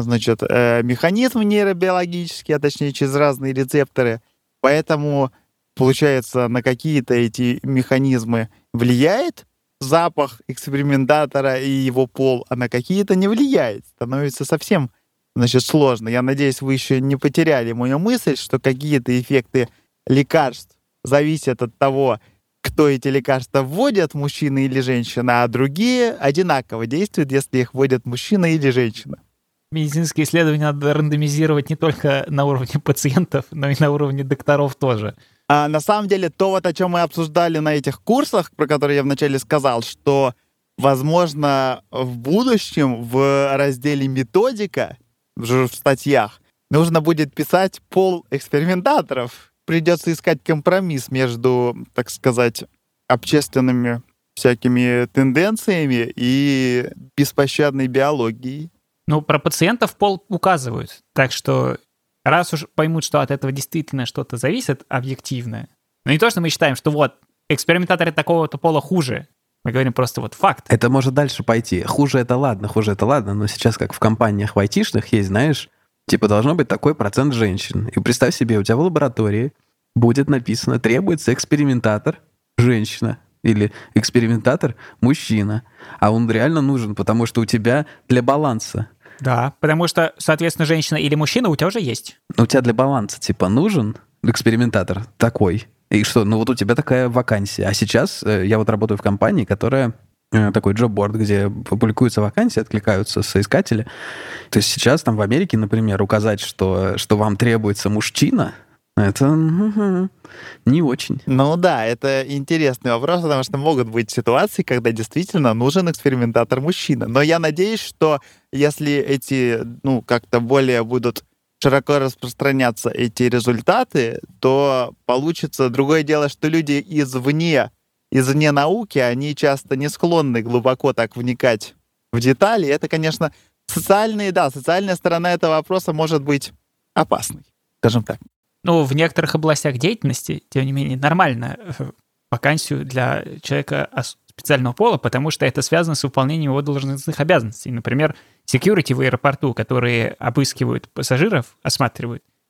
механизмы нейробиологические, а точнее через разные рецепторы. Поэтому, получается, на какие-то эти механизмы влияет запах экспериментатора и его пол, а на какие-то не влияет. Становится совсем, сложно. Я надеюсь, вы еще не потеряли мою мысль, что какие-то эффекты лекарств зависят от того, кто эти лекарства вводят, мужчина или женщина, а другие одинаково действуют, если их вводят мужчина или женщина.
Медицинские исследования надо рандомизировать не только на уровне пациентов, но и на уровне докторов тоже.
А на самом деле, то, о чем мы обсуждали на этих курсах, про которые я вначале сказал, что, возможно, в будущем в разделе «Методика» в статьях нужно будет писать пол экспериментаторов. Придется искать компромисс между, так сказать, общественными всякими тенденциями и беспощадной биологией.
Ну, про пациентов пол указывают. Так что раз уж поймут, что от этого действительно что-то зависит объективное, но не то, что мы считаем, что вот экспериментаторы такого-то пола хуже. Мы говорим просто вот факт.
Это может дальше пойти. Хуже это ладно, но сейчас как в компаниях в айтишных есть, знаешь, типа должно быть такой процент женщин. И представь себе, у тебя в лаборатории будет написано, требуется экспериментатор женщина или экспериментатор мужчина. А он реально нужен, потому что у тебя для баланса.
Да, потому что, соответственно, женщина или мужчина у тебя уже есть.
У тебя для баланса, типа, нужен экспериментатор такой. И что, вот у тебя такая вакансия. А сейчас я вот работаю в компании, которая такой джоб-борд, где публикуются вакансии, откликаются соискатели. То есть сейчас там в Америке, например, указать, что вам требуется мужчина, это не очень.
Ну да, это интересный вопрос, потому что могут быть ситуации, когда действительно нужен экспериментатор-мужчина. Но я надеюсь, что если эти, как-то более будут широко распространяться эти результаты, то получится другое дело, что люди извне науки, они часто не склонны глубоко так вникать в детали. Это, конечно, социальная сторона этого вопроса может быть опасной, скажем так.
Ну, в некоторых областях деятельности, тем не менее, нормально вакансию для человека специального пола, потому что это связано с выполнением его должностных обязанностей. Например, security в аэропорту, которые обыскивают пассажиров, осматривают.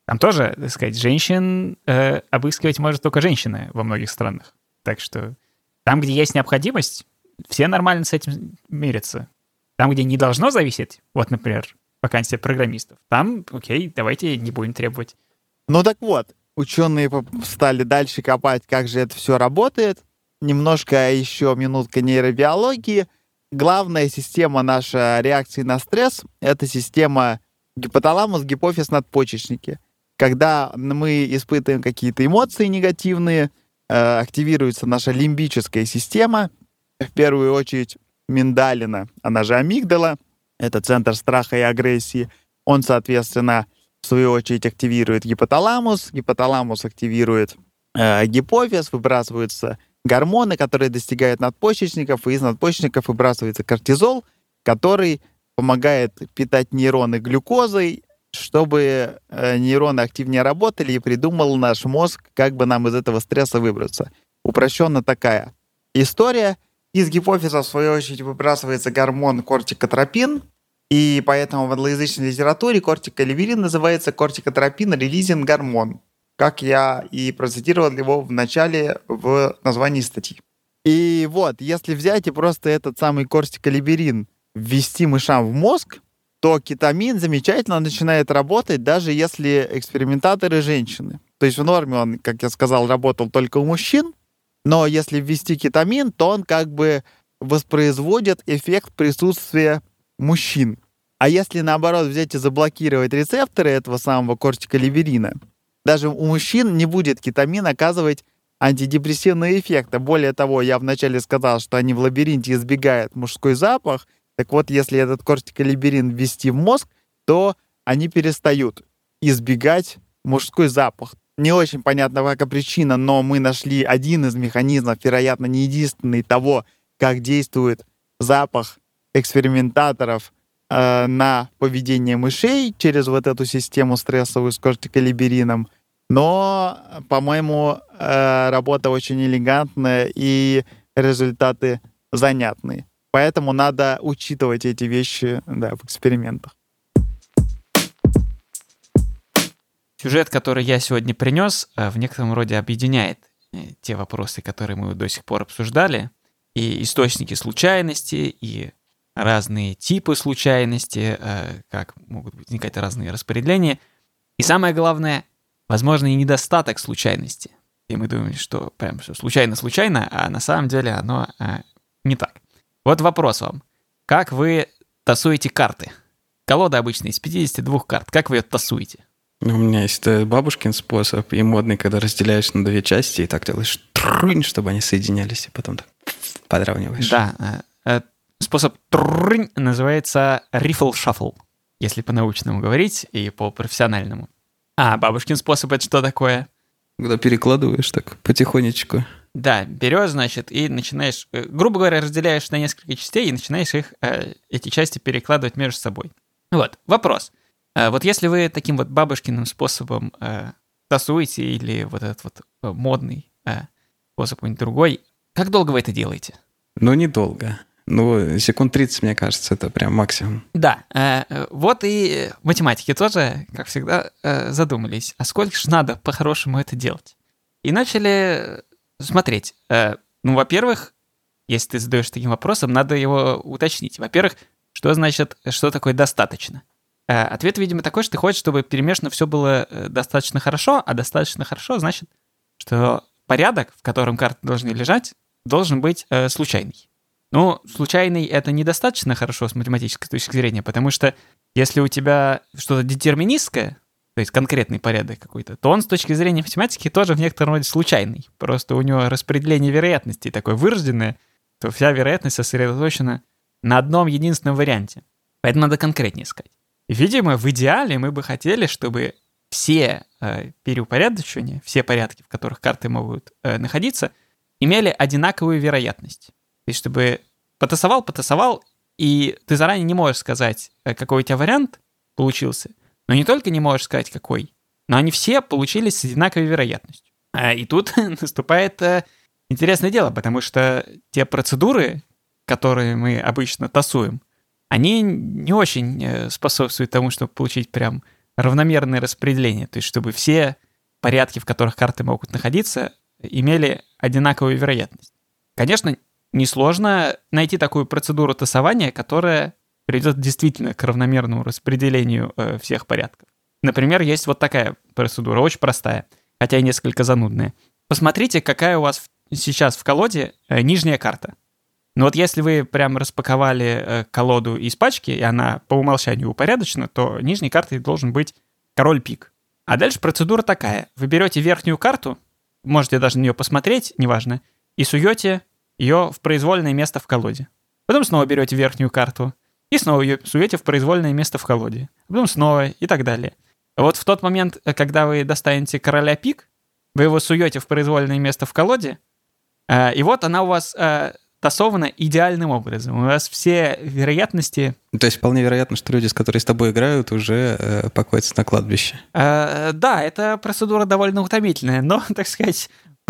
Там тоже, так сказать, женщин обыскивать может только женщина во многих странах. Так что там, где есть необходимость, все нормально с этим мирятся. Там, где не должно зависеть, вот, например, вакансия программистов, там, окей, давайте не будем требовать.
Ну так вот, ученые стали дальше копать, как же это все работает. Немножко еще минутка нейробиологии. Главная система нашей реакции на стресс — это система гипоталамус, гипофиз, надпочечники. Когда мы испытываем какие-то эмоции негативные, активируется наша лимбическая система, в первую очередь миндалина, она же амигдала, это центр страха и агрессии. Он, соответственно, в свою очередь активирует гипоталамус, гипоталамус активирует гипофиз, выбрасываются гормоны, которые достигают надпочечников, и из надпочечников выбрасывается кортизол, который помогает питать нейроны глюкозой, чтобы нейроны активнее работали, и придумал наш мозг, как бы нам из этого стресса выбраться. Упрощенно такая история. Из гипофиза, в свою очередь, выбрасывается гормон кортикотропин, и поэтому в англоязычной литературе кортиколиверин называется кортикотропин-релизинг гормон, как я и процитировал его в начале в названии статьи. И вот, если взять и просто этот самый кортиколиберин ввести мышам в мозг, то кетамин замечательно начинает работать, даже если экспериментаторы женщины. То есть в норме он, как я сказал, работал только у мужчин, но если ввести кетамин, то он как бы воспроизводит эффект присутствия мужчин. А если, наоборот, взять и заблокировать рецепторы этого самого кортиколиверина, даже у мужчин не будет кетамин оказывать антидепрессивного эффекта. Более того, я вначале сказал, что они в лабиринте избегают мужской запах. Так вот, если этот кортиколиберин ввести в мозг, то они перестают избегать мужской запах. Не очень понятна какая причина, но мы нашли один из механизмов, вероятно, не единственный, того, как действует запах экспериментаторов на поведение мышей через вот эту систему стрессовую с кортиколиберином. Но, по-моему, работа очень элегантная и результаты занятные. Поэтому надо учитывать эти вещи, да, в экспериментах.
Сюжет, который я сегодня принес, в некотором роде объединяет те вопросы, которые мы до сих пор обсуждали, и источники случайности, и разные типы случайности, как могут возникать разные распределения. И самое главное, возможно, и недостаток случайности. И мы думаем, что прям все случайно-случайно, а на самом деле оно не так. Вот вопрос вам. Как вы тасуете карты? Колода обычно из 52 карт. Как вы ее тасуете?
У меня есть бабушкин способ, и модный, когда разделяешь на две части, и так делаешь, чтобы они соединялись, и потом так подравниваешь.
Да. Способ называется рифл-шаффл, если по-научному говорить и по-профессиональному. А бабушкин способ — это что такое?
Когда перекладываешь так потихонечку.
Да, берешь, значит, и начинаешь, грубо говоря, разделяешь на несколько частей и начинаешь эти части перекладывать между собой. Вот, вопрос. Вот если вы таким вот бабушкиным способом тасуете или вот этот вот модный способ какой-нибудь другой, как долго вы это делаете?
Ну, недолго. Ну, секунд 30, мне кажется, это прям максимум.
Да, вот и математики тоже, как всегда, задумались, а сколько же надо по-хорошему это делать? И начали смотреть. Ну, во-первых, если ты задаешь таким вопросом, надо его уточнить. Во-первых, что такое достаточно? Ответ, видимо, такой, что ты хочешь, чтобы перемешано все было достаточно хорошо, а достаточно хорошо значит, что порядок, в котором карты должны лежать, должен быть случайный. Ну, случайный — это недостаточно хорошо с математической точки зрения, потому что если у тебя что-то детерминистское, то есть конкретный порядок какой-то, то он с точки зрения математики тоже в некотором роде случайный. Просто у него распределение вероятностей такое вырожденное, то вся вероятность сосредоточена на одном единственном варианте. Поэтому надо конкретнее сказать. И, видимо, в идеале мы бы хотели, чтобы все переупорядочивания, все порядки, в которых карты могут находиться, имели одинаковую вероятность. То есть, чтобы потасовал, и ты заранее не можешь сказать, какой у тебя вариант получился, но не только не можешь сказать, какой, но они все получились с одинаковой вероятностью. И тут наступает интересное дело, потому что те процедуры, которые мы обычно тасуем, они не очень способствуют тому, чтобы получить прям равномерное распределение, то есть чтобы все порядки, в которых карты могут находиться, имели одинаковую вероятность. Конечно, несложно найти такую процедуру тасования, которая приведет действительно к равномерному распределению всех порядков. Например, есть вот такая процедура, очень простая, хотя и несколько занудная. Посмотрите, какая у вас сейчас в колоде нижняя карта. Но вот если вы прям распаковали колоду из пачки, и она по умолчанию упорядочена, то нижней картой должен быть король-пик. А дальше процедура такая. Вы берете верхнюю карту, можете даже на нее посмотреть, неважно, и суете ее в произвольное место в колоде. Потом снова берете верхнюю карту, и снова ее суете в произвольное место в колоде. Потом снова и так далее. Вот в тот момент, когда вы достанете короля-пик, вы его суете в произвольное место в колоде, и вот она у вас тасована идеальным образом. У вас все вероятности...
То есть вполне вероятно, что люди, которые с тобой играют, уже покоятся на кладбище.
Да, эта процедура довольно утомительная, но, так сказать,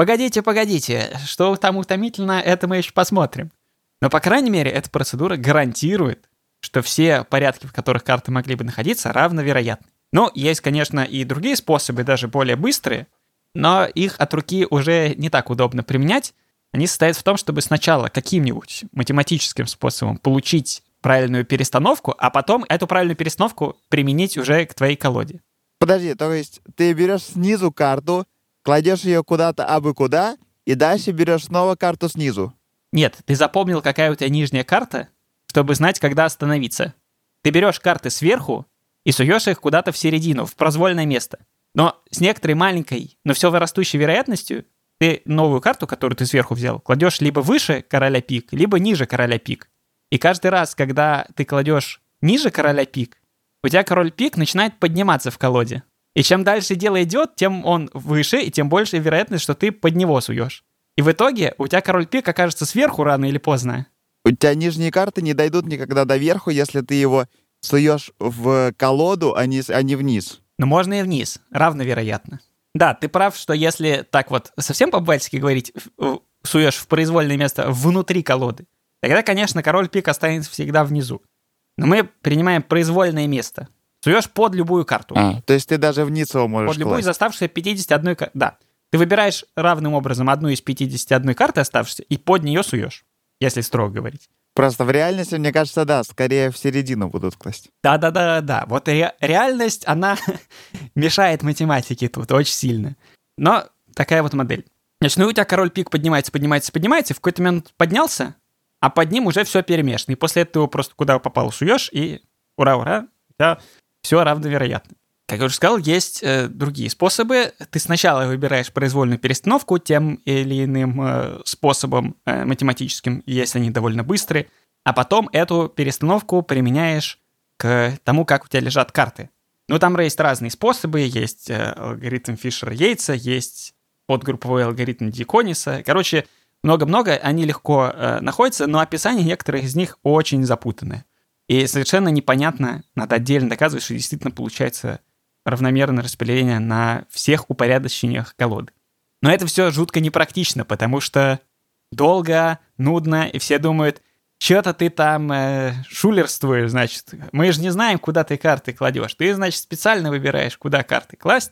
погодите, что там утомительно, это мы еще посмотрим. Но, по крайней мере, эта процедура гарантирует, что все порядки, в которых карты могли бы находиться, равновероятны. Но есть, конечно, и другие способы, даже более быстрые, но их от руки уже не так удобно применять. Они состоят в том, чтобы сначала каким-нибудь математическим способом получить правильную перестановку, а потом эту правильную перестановку применить уже к твоей колоде.
Подожди, то есть ты берешь снизу карту, кладешь ее куда-то абы куда, и дальше берешь снова карту снизу.
Нет, ты запомнил, какая у тебя нижняя карта, чтобы знать, когда остановиться. Ты берешь карты сверху и суешь их куда-то в середину, в произвольное место. Но с некоторой маленькой, но все растущей вероятностью ты новую карту, которую ты сверху взял, кладешь либо выше короля пик, либо ниже короля пик. И каждый раз, когда ты кладешь ниже короля пик, у тебя король пик начинает подниматься в колоде. И чем дальше дело идет, тем он выше, и тем больше вероятность, что ты под него суешь. И в итоге у тебя король пик окажется сверху рано или поздно.
У тебя нижние карты не дойдут никогда до верху, если ты его суешь в колоду, а не вниз.
Но можно и вниз, равновероятно. Да, ты прав, что если так вот совсем по-бальски говорить, суешь в произвольное место внутри колоды, тогда, конечно, король пик останется всегда внизу. Но мы принимаем произвольное место. Суешь под любую карту.
То есть ты даже вниз его можешь
Под любую из
класть.
оставшихся 51 карты. Да. Ты выбираешь равным образом одну из 51 карты оставшейся и под нее суешь, если строго говорить.
Просто в реальности, мне кажется, да, скорее в середину будут класть.
Да. Вот реальность, она мешает математике тут очень сильно. Но такая вот модель. Значит, ну у тебя король пик поднимается, в какой-то момент поднялся, а под ним уже все перемешано. И после этого просто куда попал суешь, и ура, у тебя все равновероятно. Как я уже сказал, есть другие способы. Ты сначала выбираешь произвольную перестановку тем или иным способом математическим, если они довольно быстрые, а потом эту перестановку применяешь к тому, как у тебя лежат карты. Ну, там есть разные способы. Есть алгоритм Фишера-Йейтса, есть подгрупповой алгоритм Дикониса. Короче, много-много, они легко находятся, но описание некоторых из них очень запутанное. И совершенно непонятно, надо отдельно доказывать, что действительно получается равномерное распределение на всех упорядочениях колоды. Но это все жутко непрактично, потому что долго, нудно, и все думают, что-то ты там шулерствуешь, значит. Мы же не знаем, куда ты карты кладешь. Ты, значит, специально выбираешь, куда карты класть,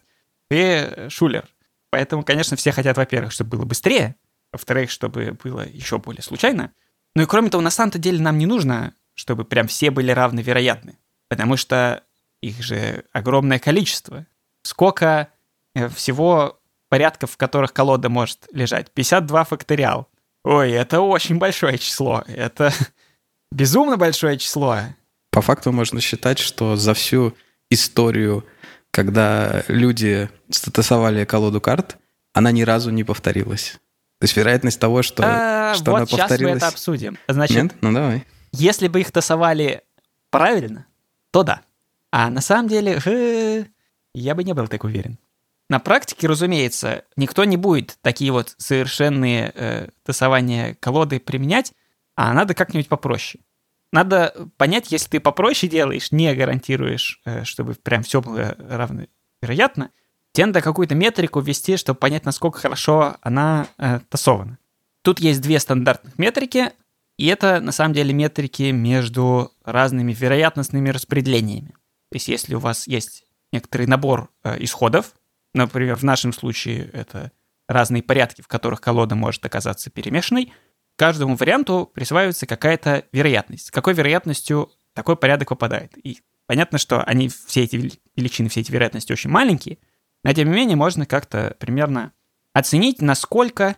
ты шулер. Поэтому, конечно, все хотят, во-первых, чтобы было быстрее, во-вторых, чтобы было еще более случайно. Ну и кроме того, на самом-то деле нам не нужно, чтобы прям все были равновероятны, потому что их же огромное количество. Сколько всего порядков, в которых колода может лежать? 52 факториал. Ой, это очень большое число. Это безумно большое число.
По факту можно считать, что за всю историю, когда люди статусовали колоду карт, она ни разу не повторилась. То есть вероятность того, что она
вот сейчас
повторилась...
мы это обсудим. Значит,
Нет? Ну давай.
если бы их тасовали правильно, то да. А на самом деле, я бы не был так уверен. На практике, разумеется, никто не будет такие вот совершенные тасования колоды применять, а надо как-нибудь попроще. Надо понять, если ты попроще делаешь, не гарантируешь, чтобы прям все было равновероятно, тебе надо какую-то метрику ввести, чтобы понять, насколько хорошо она тасована. Тут есть две стандартных метрики, и это на самом деле метрики между разными вероятностными распределениями. То есть если у вас есть некоторый набор исходов. Например, в нашем случае это разные порядки, в которых колода может оказаться перемешанной. Каждому варианту присваивается какая-то вероятность. С какой вероятностью такой порядок выпадает. И понятно, что они, все эти величины, все эти вероятности очень маленькие, но тем не менее можно как-то примерно оценить, насколько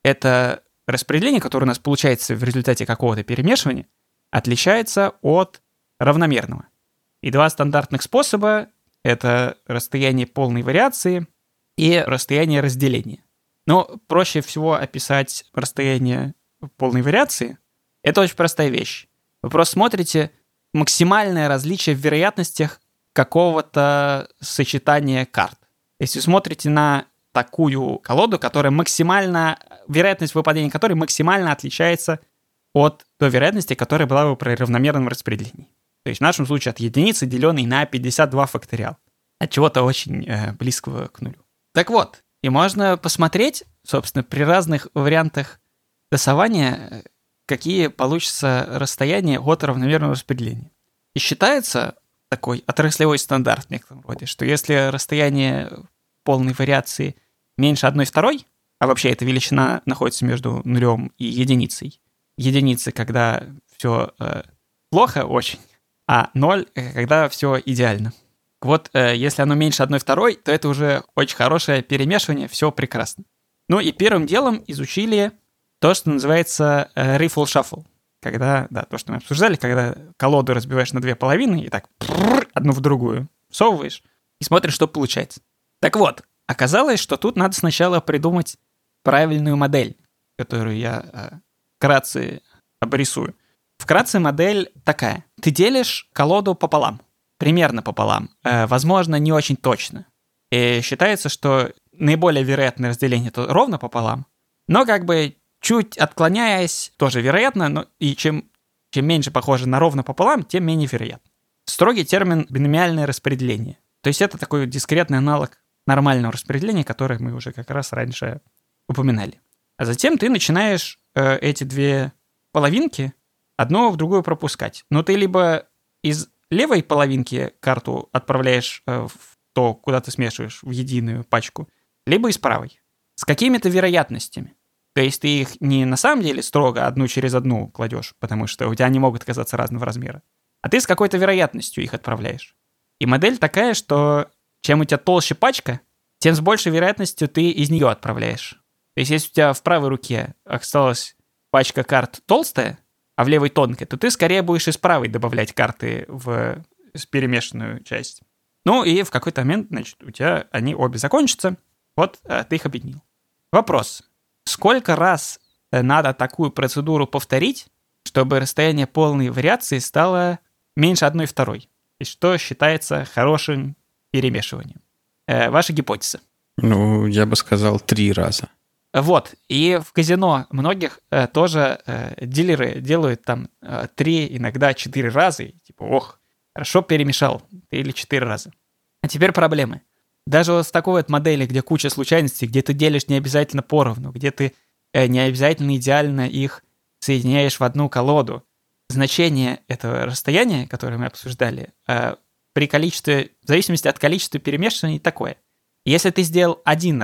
это распределение, которое у нас получается в результате какого-то перемешивания, отличается от равномерного. И два стандартных способа — это расстояние полной вариации и расстояние разделения. Но проще всего описать расстояние полной вариации. Это очень простая вещь. Вы просто смотрите максимальное различие в вероятностях какого-то сочетания карт. Если вы смотрите на такую колоду, которая вероятность выпадения которой максимально отличается от той вероятности, которая была бы при равномерном распределении. То есть в нашем случае от единицы, деленной на 52 факториал. От чего-то очень близкого к нулю. Так вот, и можно посмотреть, собственно, при разных вариантах тасования, какие получатся расстояния от равномерного распределения. И считается такой отраслевой стандарт в некотором роде, что если расстояние полной вариации меньше 1/2, а вообще эта величина находится между нулем и единицей. Единица, когда все плохо очень, а 0, когда все идеально. Вот если оно меньше 1/2, то это уже очень хорошее перемешивание, все прекрасно. Ну и первым делом изучили то, что называется riffle shuffle. Когда, да, то, что мы обсуждали, когда колоду разбиваешь на две половины и так одну в другую всовываешь и смотришь, что получается. Так вот, оказалось, что тут надо сначала придумать правильную модель, которую я вкратце обрисую. Вкратце модель такая. Ты делишь колоду пополам, примерно пополам, возможно, не очень точно. И считается, что наиболее вероятное разделение это ровно пополам, но как бы чуть отклоняясь, тоже вероятно, но и чем меньше похоже на ровно пополам, тем менее вероятно. Строгий термин биномиальное распределение. То есть это такой дискретный аналог нормального распределения, которое мы уже как раз раньше упоминали. А затем ты начинаешь эти две половинки одну в другую пропускать. Но ты либо из левой половинки карту отправляешь в то, куда ты смешиваешь, в единую пачку, либо из правой. С какими-то вероятностями. То есть ты их не на самом деле строго одну через одну кладешь, потому что у тебя они могут оказаться разного размера, а ты с какой-то вероятностью их отправляешь. И модель такая, что чем у тебя толще пачка, тем с большей вероятностью ты из нее отправляешь. То есть если у тебя в правой руке осталась пачка карт толстая, а в левой тонкая, то ты скорее будешь из правой добавлять карты в перемешанную часть. Ну и в какой-то момент, значит, у тебя они обе закончатся. Вот ты их объединил. Вопрос. Сколько раз надо такую процедуру повторить, чтобы расстояние полной вариации стало меньше 1/2? И что считается хорошим перемешиванием? Ваша гипотеза.
Ну, я бы сказал 3 раза.
Вот. И в казино многих тоже дилеры делают там 3, иногда 4 раза. И типа, ох, хорошо перемешал. 3 или 4 раза. А теперь проблемы. Даже вот с такой вот модели, где куча случайностей, где ты делишь не обязательно поровну, где ты не обязательно идеально их соединяешь в одну колоду, значение этого расстояния, которое мы обсуждали, при количестве, в зависимости от количества перемешиваний такое. Если ты сделал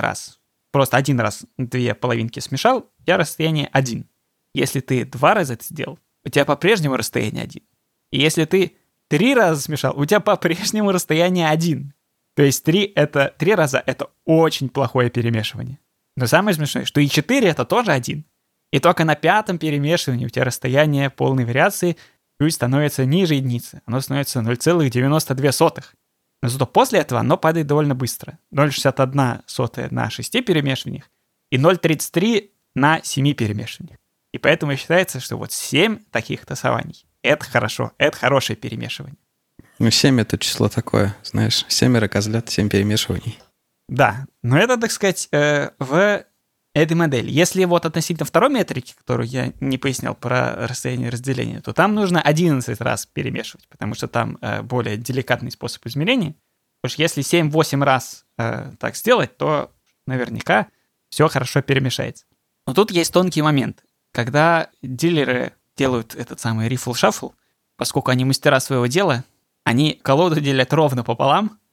просто один раз две половинки смешал, у тебя расстояние 1. Если ты 2 раза это сделал, у тебя по-прежнему расстояние 1. И если ты 3 раза смешал, у тебя по-прежнему расстояние 1. То есть 3 раза — это очень плохое перемешивание. Но самое смешное, что и 4 — это тоже 1. И только на 5-м перемешивании у тебя расстояние полной вариации чуть становится ниже единицы. Оно становится 0,92. Но зато после этого оно падает довольно быстро. 0,61 на 6 перемешиваниях и 0,33 на 7 перемешиваниях. И поэтому считается, что вот 7 таких тасований — это хорошо, это хорошее перемешивание.
Ну, 7 — это число такое, знаешь, 7 козлят, 7 перемешиваний.
Да, но это, так сказать, в этой модели. Если вот относительно второй метрики, которую я не пояснял про расстояние разделения, то там нужно 11 раз перемешивать, потому что там более деликатный способ измерения. Потому что если 7-8 раз так сделать, то наверняка все хорошо перемешается. Но тут есть тонкий момент. Когда дилеры делают этот самый riffle shuffle, поскольку они мастера своего дела, они колоду делят ровно пополам,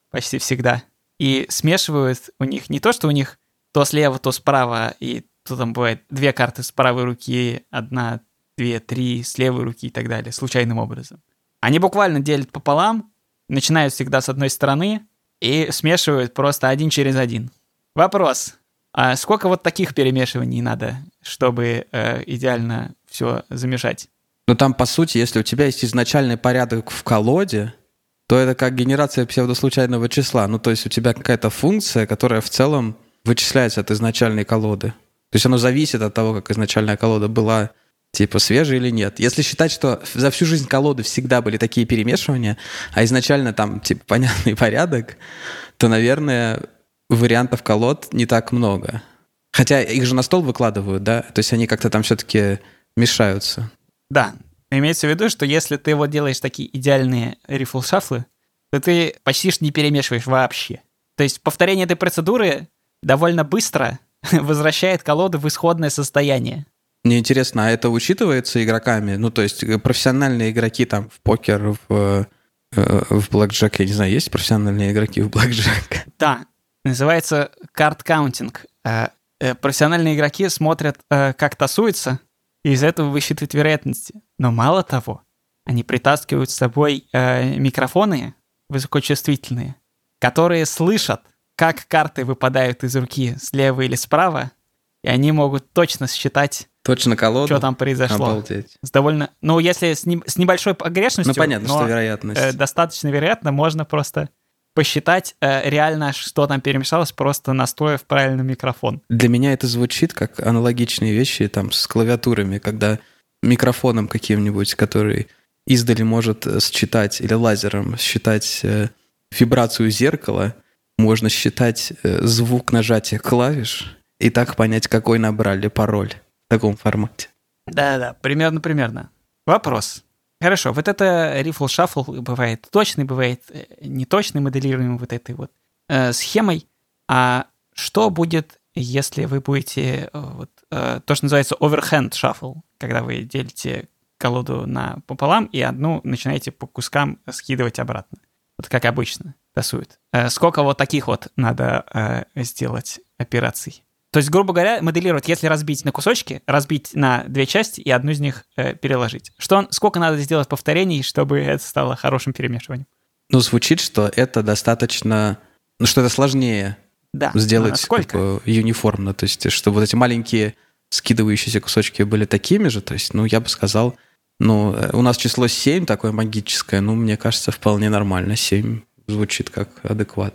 почти всегда. И смешивают у них не то, что у них то слева, то справа, и то там бывает 2 карты с правой руки, 1, 2, 3 с левой руки и так далее, случайным образом. Они буквально делят пополам, начинают всегда с одной стороны и смешивают просто 1 через 1. Вопрос. А сколько вот таких перемешиваний надо, чтобы идеально все замешать?
Но там, по сути, если у тебя есть изначальный порядок в колоде, то это как генерация псевдослучайного числа. Ну, то есть у тебя какая-то функция, которая в целом вычисляется от изначальной колоды. То есть оно зависит от того, как изначальная колода была, типа, свежей или нет. Если считать, что за всю жизнь колоды всегда были такие перемешивания, а изначально там, типа, понятный порядок, то, наверное, вариантов колод не так много. Хотя их же на стол выкладывают, да? То есть они как-то там все-таки мешаются.
Да, имеется в виду, что если ты вот делаешь такие идеальные рифл-шафлы, то ты почти что не перемешиваешь вообще. То есть повторение этой процедуры довольно быстро возвращает колоду в исходное состояние.
Мне интересно, а это учитывается игроками? Ну, то есть профессиональные игроки там в покер, в блэкджек, я не знаю, есть профессиональные игроки в блэкджек?
Да, называется карт-каунтинг. Профессиональные игроки смотрят, как тасуется, и из этого высчитывают вероятности. Но мало того, они притаскивают с собой микрофоны высокочувствительные, которые слышат, как карты выпадают из руки слева или справа, и они могут точно считать,
точно колоду?
Что там произошло.
Обалдеть.
С довольно... Ну, если с небольшой погрешностью...
Ну, понятно, что вероятность.
Достаточно вероятно, можно просто посчитать реально, что там перемешалось, просто настроив правильный микрофон.
Для меня это звучит как аналогичные вещи там с клавиатурами, когда микрофоном каким-нибудь, который издали может считать, или лазером считать вибрацию зеркала, можно считать звук нажатия клавиш и так понять, какой набрали пароль в таком формате.
Да-да, примерно. Вопрос. Хорошо, вот это рифл-шаффл бывает точный, бывает неточный, моделируемый вот этой вот схемой. А что будет, если вы будете то, что называется overhand shuffle, когда вы делите колоду пополам и одну начинаете по кускам скидывать обратно? Вот как обычно тасуют. Сколько вот таких вот надо сделать операций? То есть, грубо говоря, моделировать, если разбить на кусочки, разбить на 2 части и одну из них переложить. Сколько надо сделать повторений, чтобы это стало хорошим перемешиванием?
Ну, звучит, что это достаточно... Ну, что это сложнее сделать
сколько?
Юниформно. То есть, чтобы вот эти маленькие скидывающиеся кусочки были такими же. То есть, ну, я бы сказал... Ну, у нас число 7 такое магическое, ну, мне кажется, вполне нормально. 7 звучит как адекват.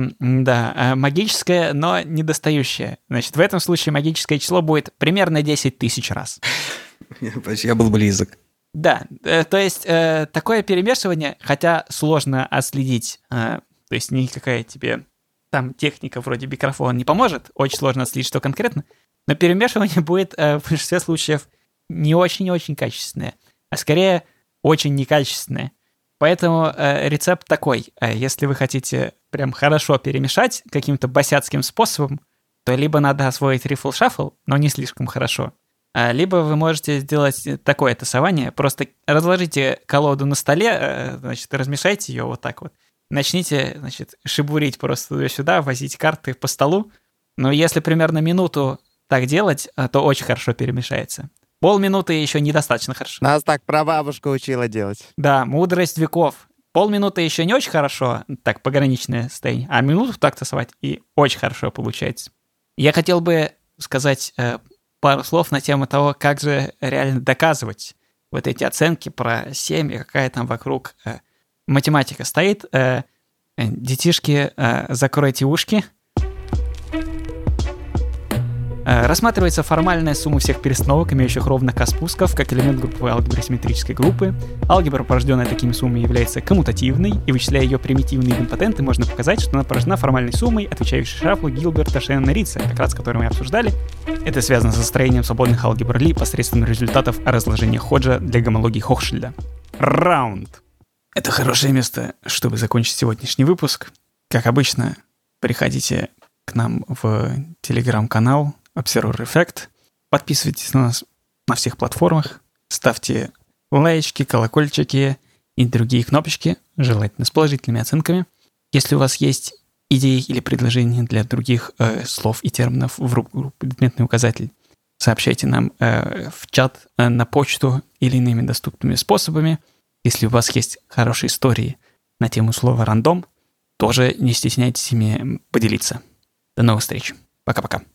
Да, магическое, но недостающее. Значит, в этом случае магическое число будет примерно 10 тысяч раз.
Я был близок.
Да, то есть такое перемешивание, хотя сложно отследить, то есть никакая тебе там техника вроде микрофона не поможет, очень сложно отследить, что конкретно, но перемешивание будет в большинстве случаев не очень качественное, а скорее очень некачественное. Поэтому рецепт такой. Если вы хотите прям хорошо перемешать каким-то босяцким способом, то либо надо освоить рифл-шаффл, но не слишком хорошо, либо вы можете сделать такое тасование. Просто разложите колоду на столе, значит, размешайте ее вот так вот. Начните, значит, шебурить просто туда-сюда, возить карты по столу. Но если примерно минуту так делать, то очень хорошо перемешается. Полминуты еще недостаточно хорошо.
Нас так прабабушка учила делать.
Да, мудрость веков. Полминуты еще не очень хорошо, так, пограничное состояние, а минуту так тасовать, и очень хорошо получается. Я хотел бы сказать пару слов на тему того, как же реально доказывать вот эти оценки про 7 и какая там вокруг математика стоит. Детишки, закройте ушки. Рассматривается формальная сумма всех перестановок, имеющих ровно k спусков, как элемент групповой алгебры симметрической группы. Алгебра, порожденная такими суммами, является коммутативной, и вычисляя ее примитивные идемпотенты, можно показать, что она порождена формальной суммой, отвечающей шафлу Гилберта Шеннона Рица, как раз который мы обсуждали. Это связано со строением свободных алгебр Ли посредством результатов разложения Ходжа для гомологии Хохшильда. Раунд. Это хорошее место, чтобы закончить сегодняшний выпуск. Как обычно, приходите к нам в телеграм-канал Observer Effect. Подписывайтесь на нас на всех платформах, ставьте лайки, колокольчики и другие кнопочки, желательно с положительными оценками. Если у вас есть идеи или предложения для других слов и терминов в рубрику «Предметный указатель», сообщайте нам в чат, на почту или иными доступными способами. Если у вас есть хорошие истории на тему слова «рандом», тоже не стесняйтесь ими поделиться. До новых встреч. Пока-пока.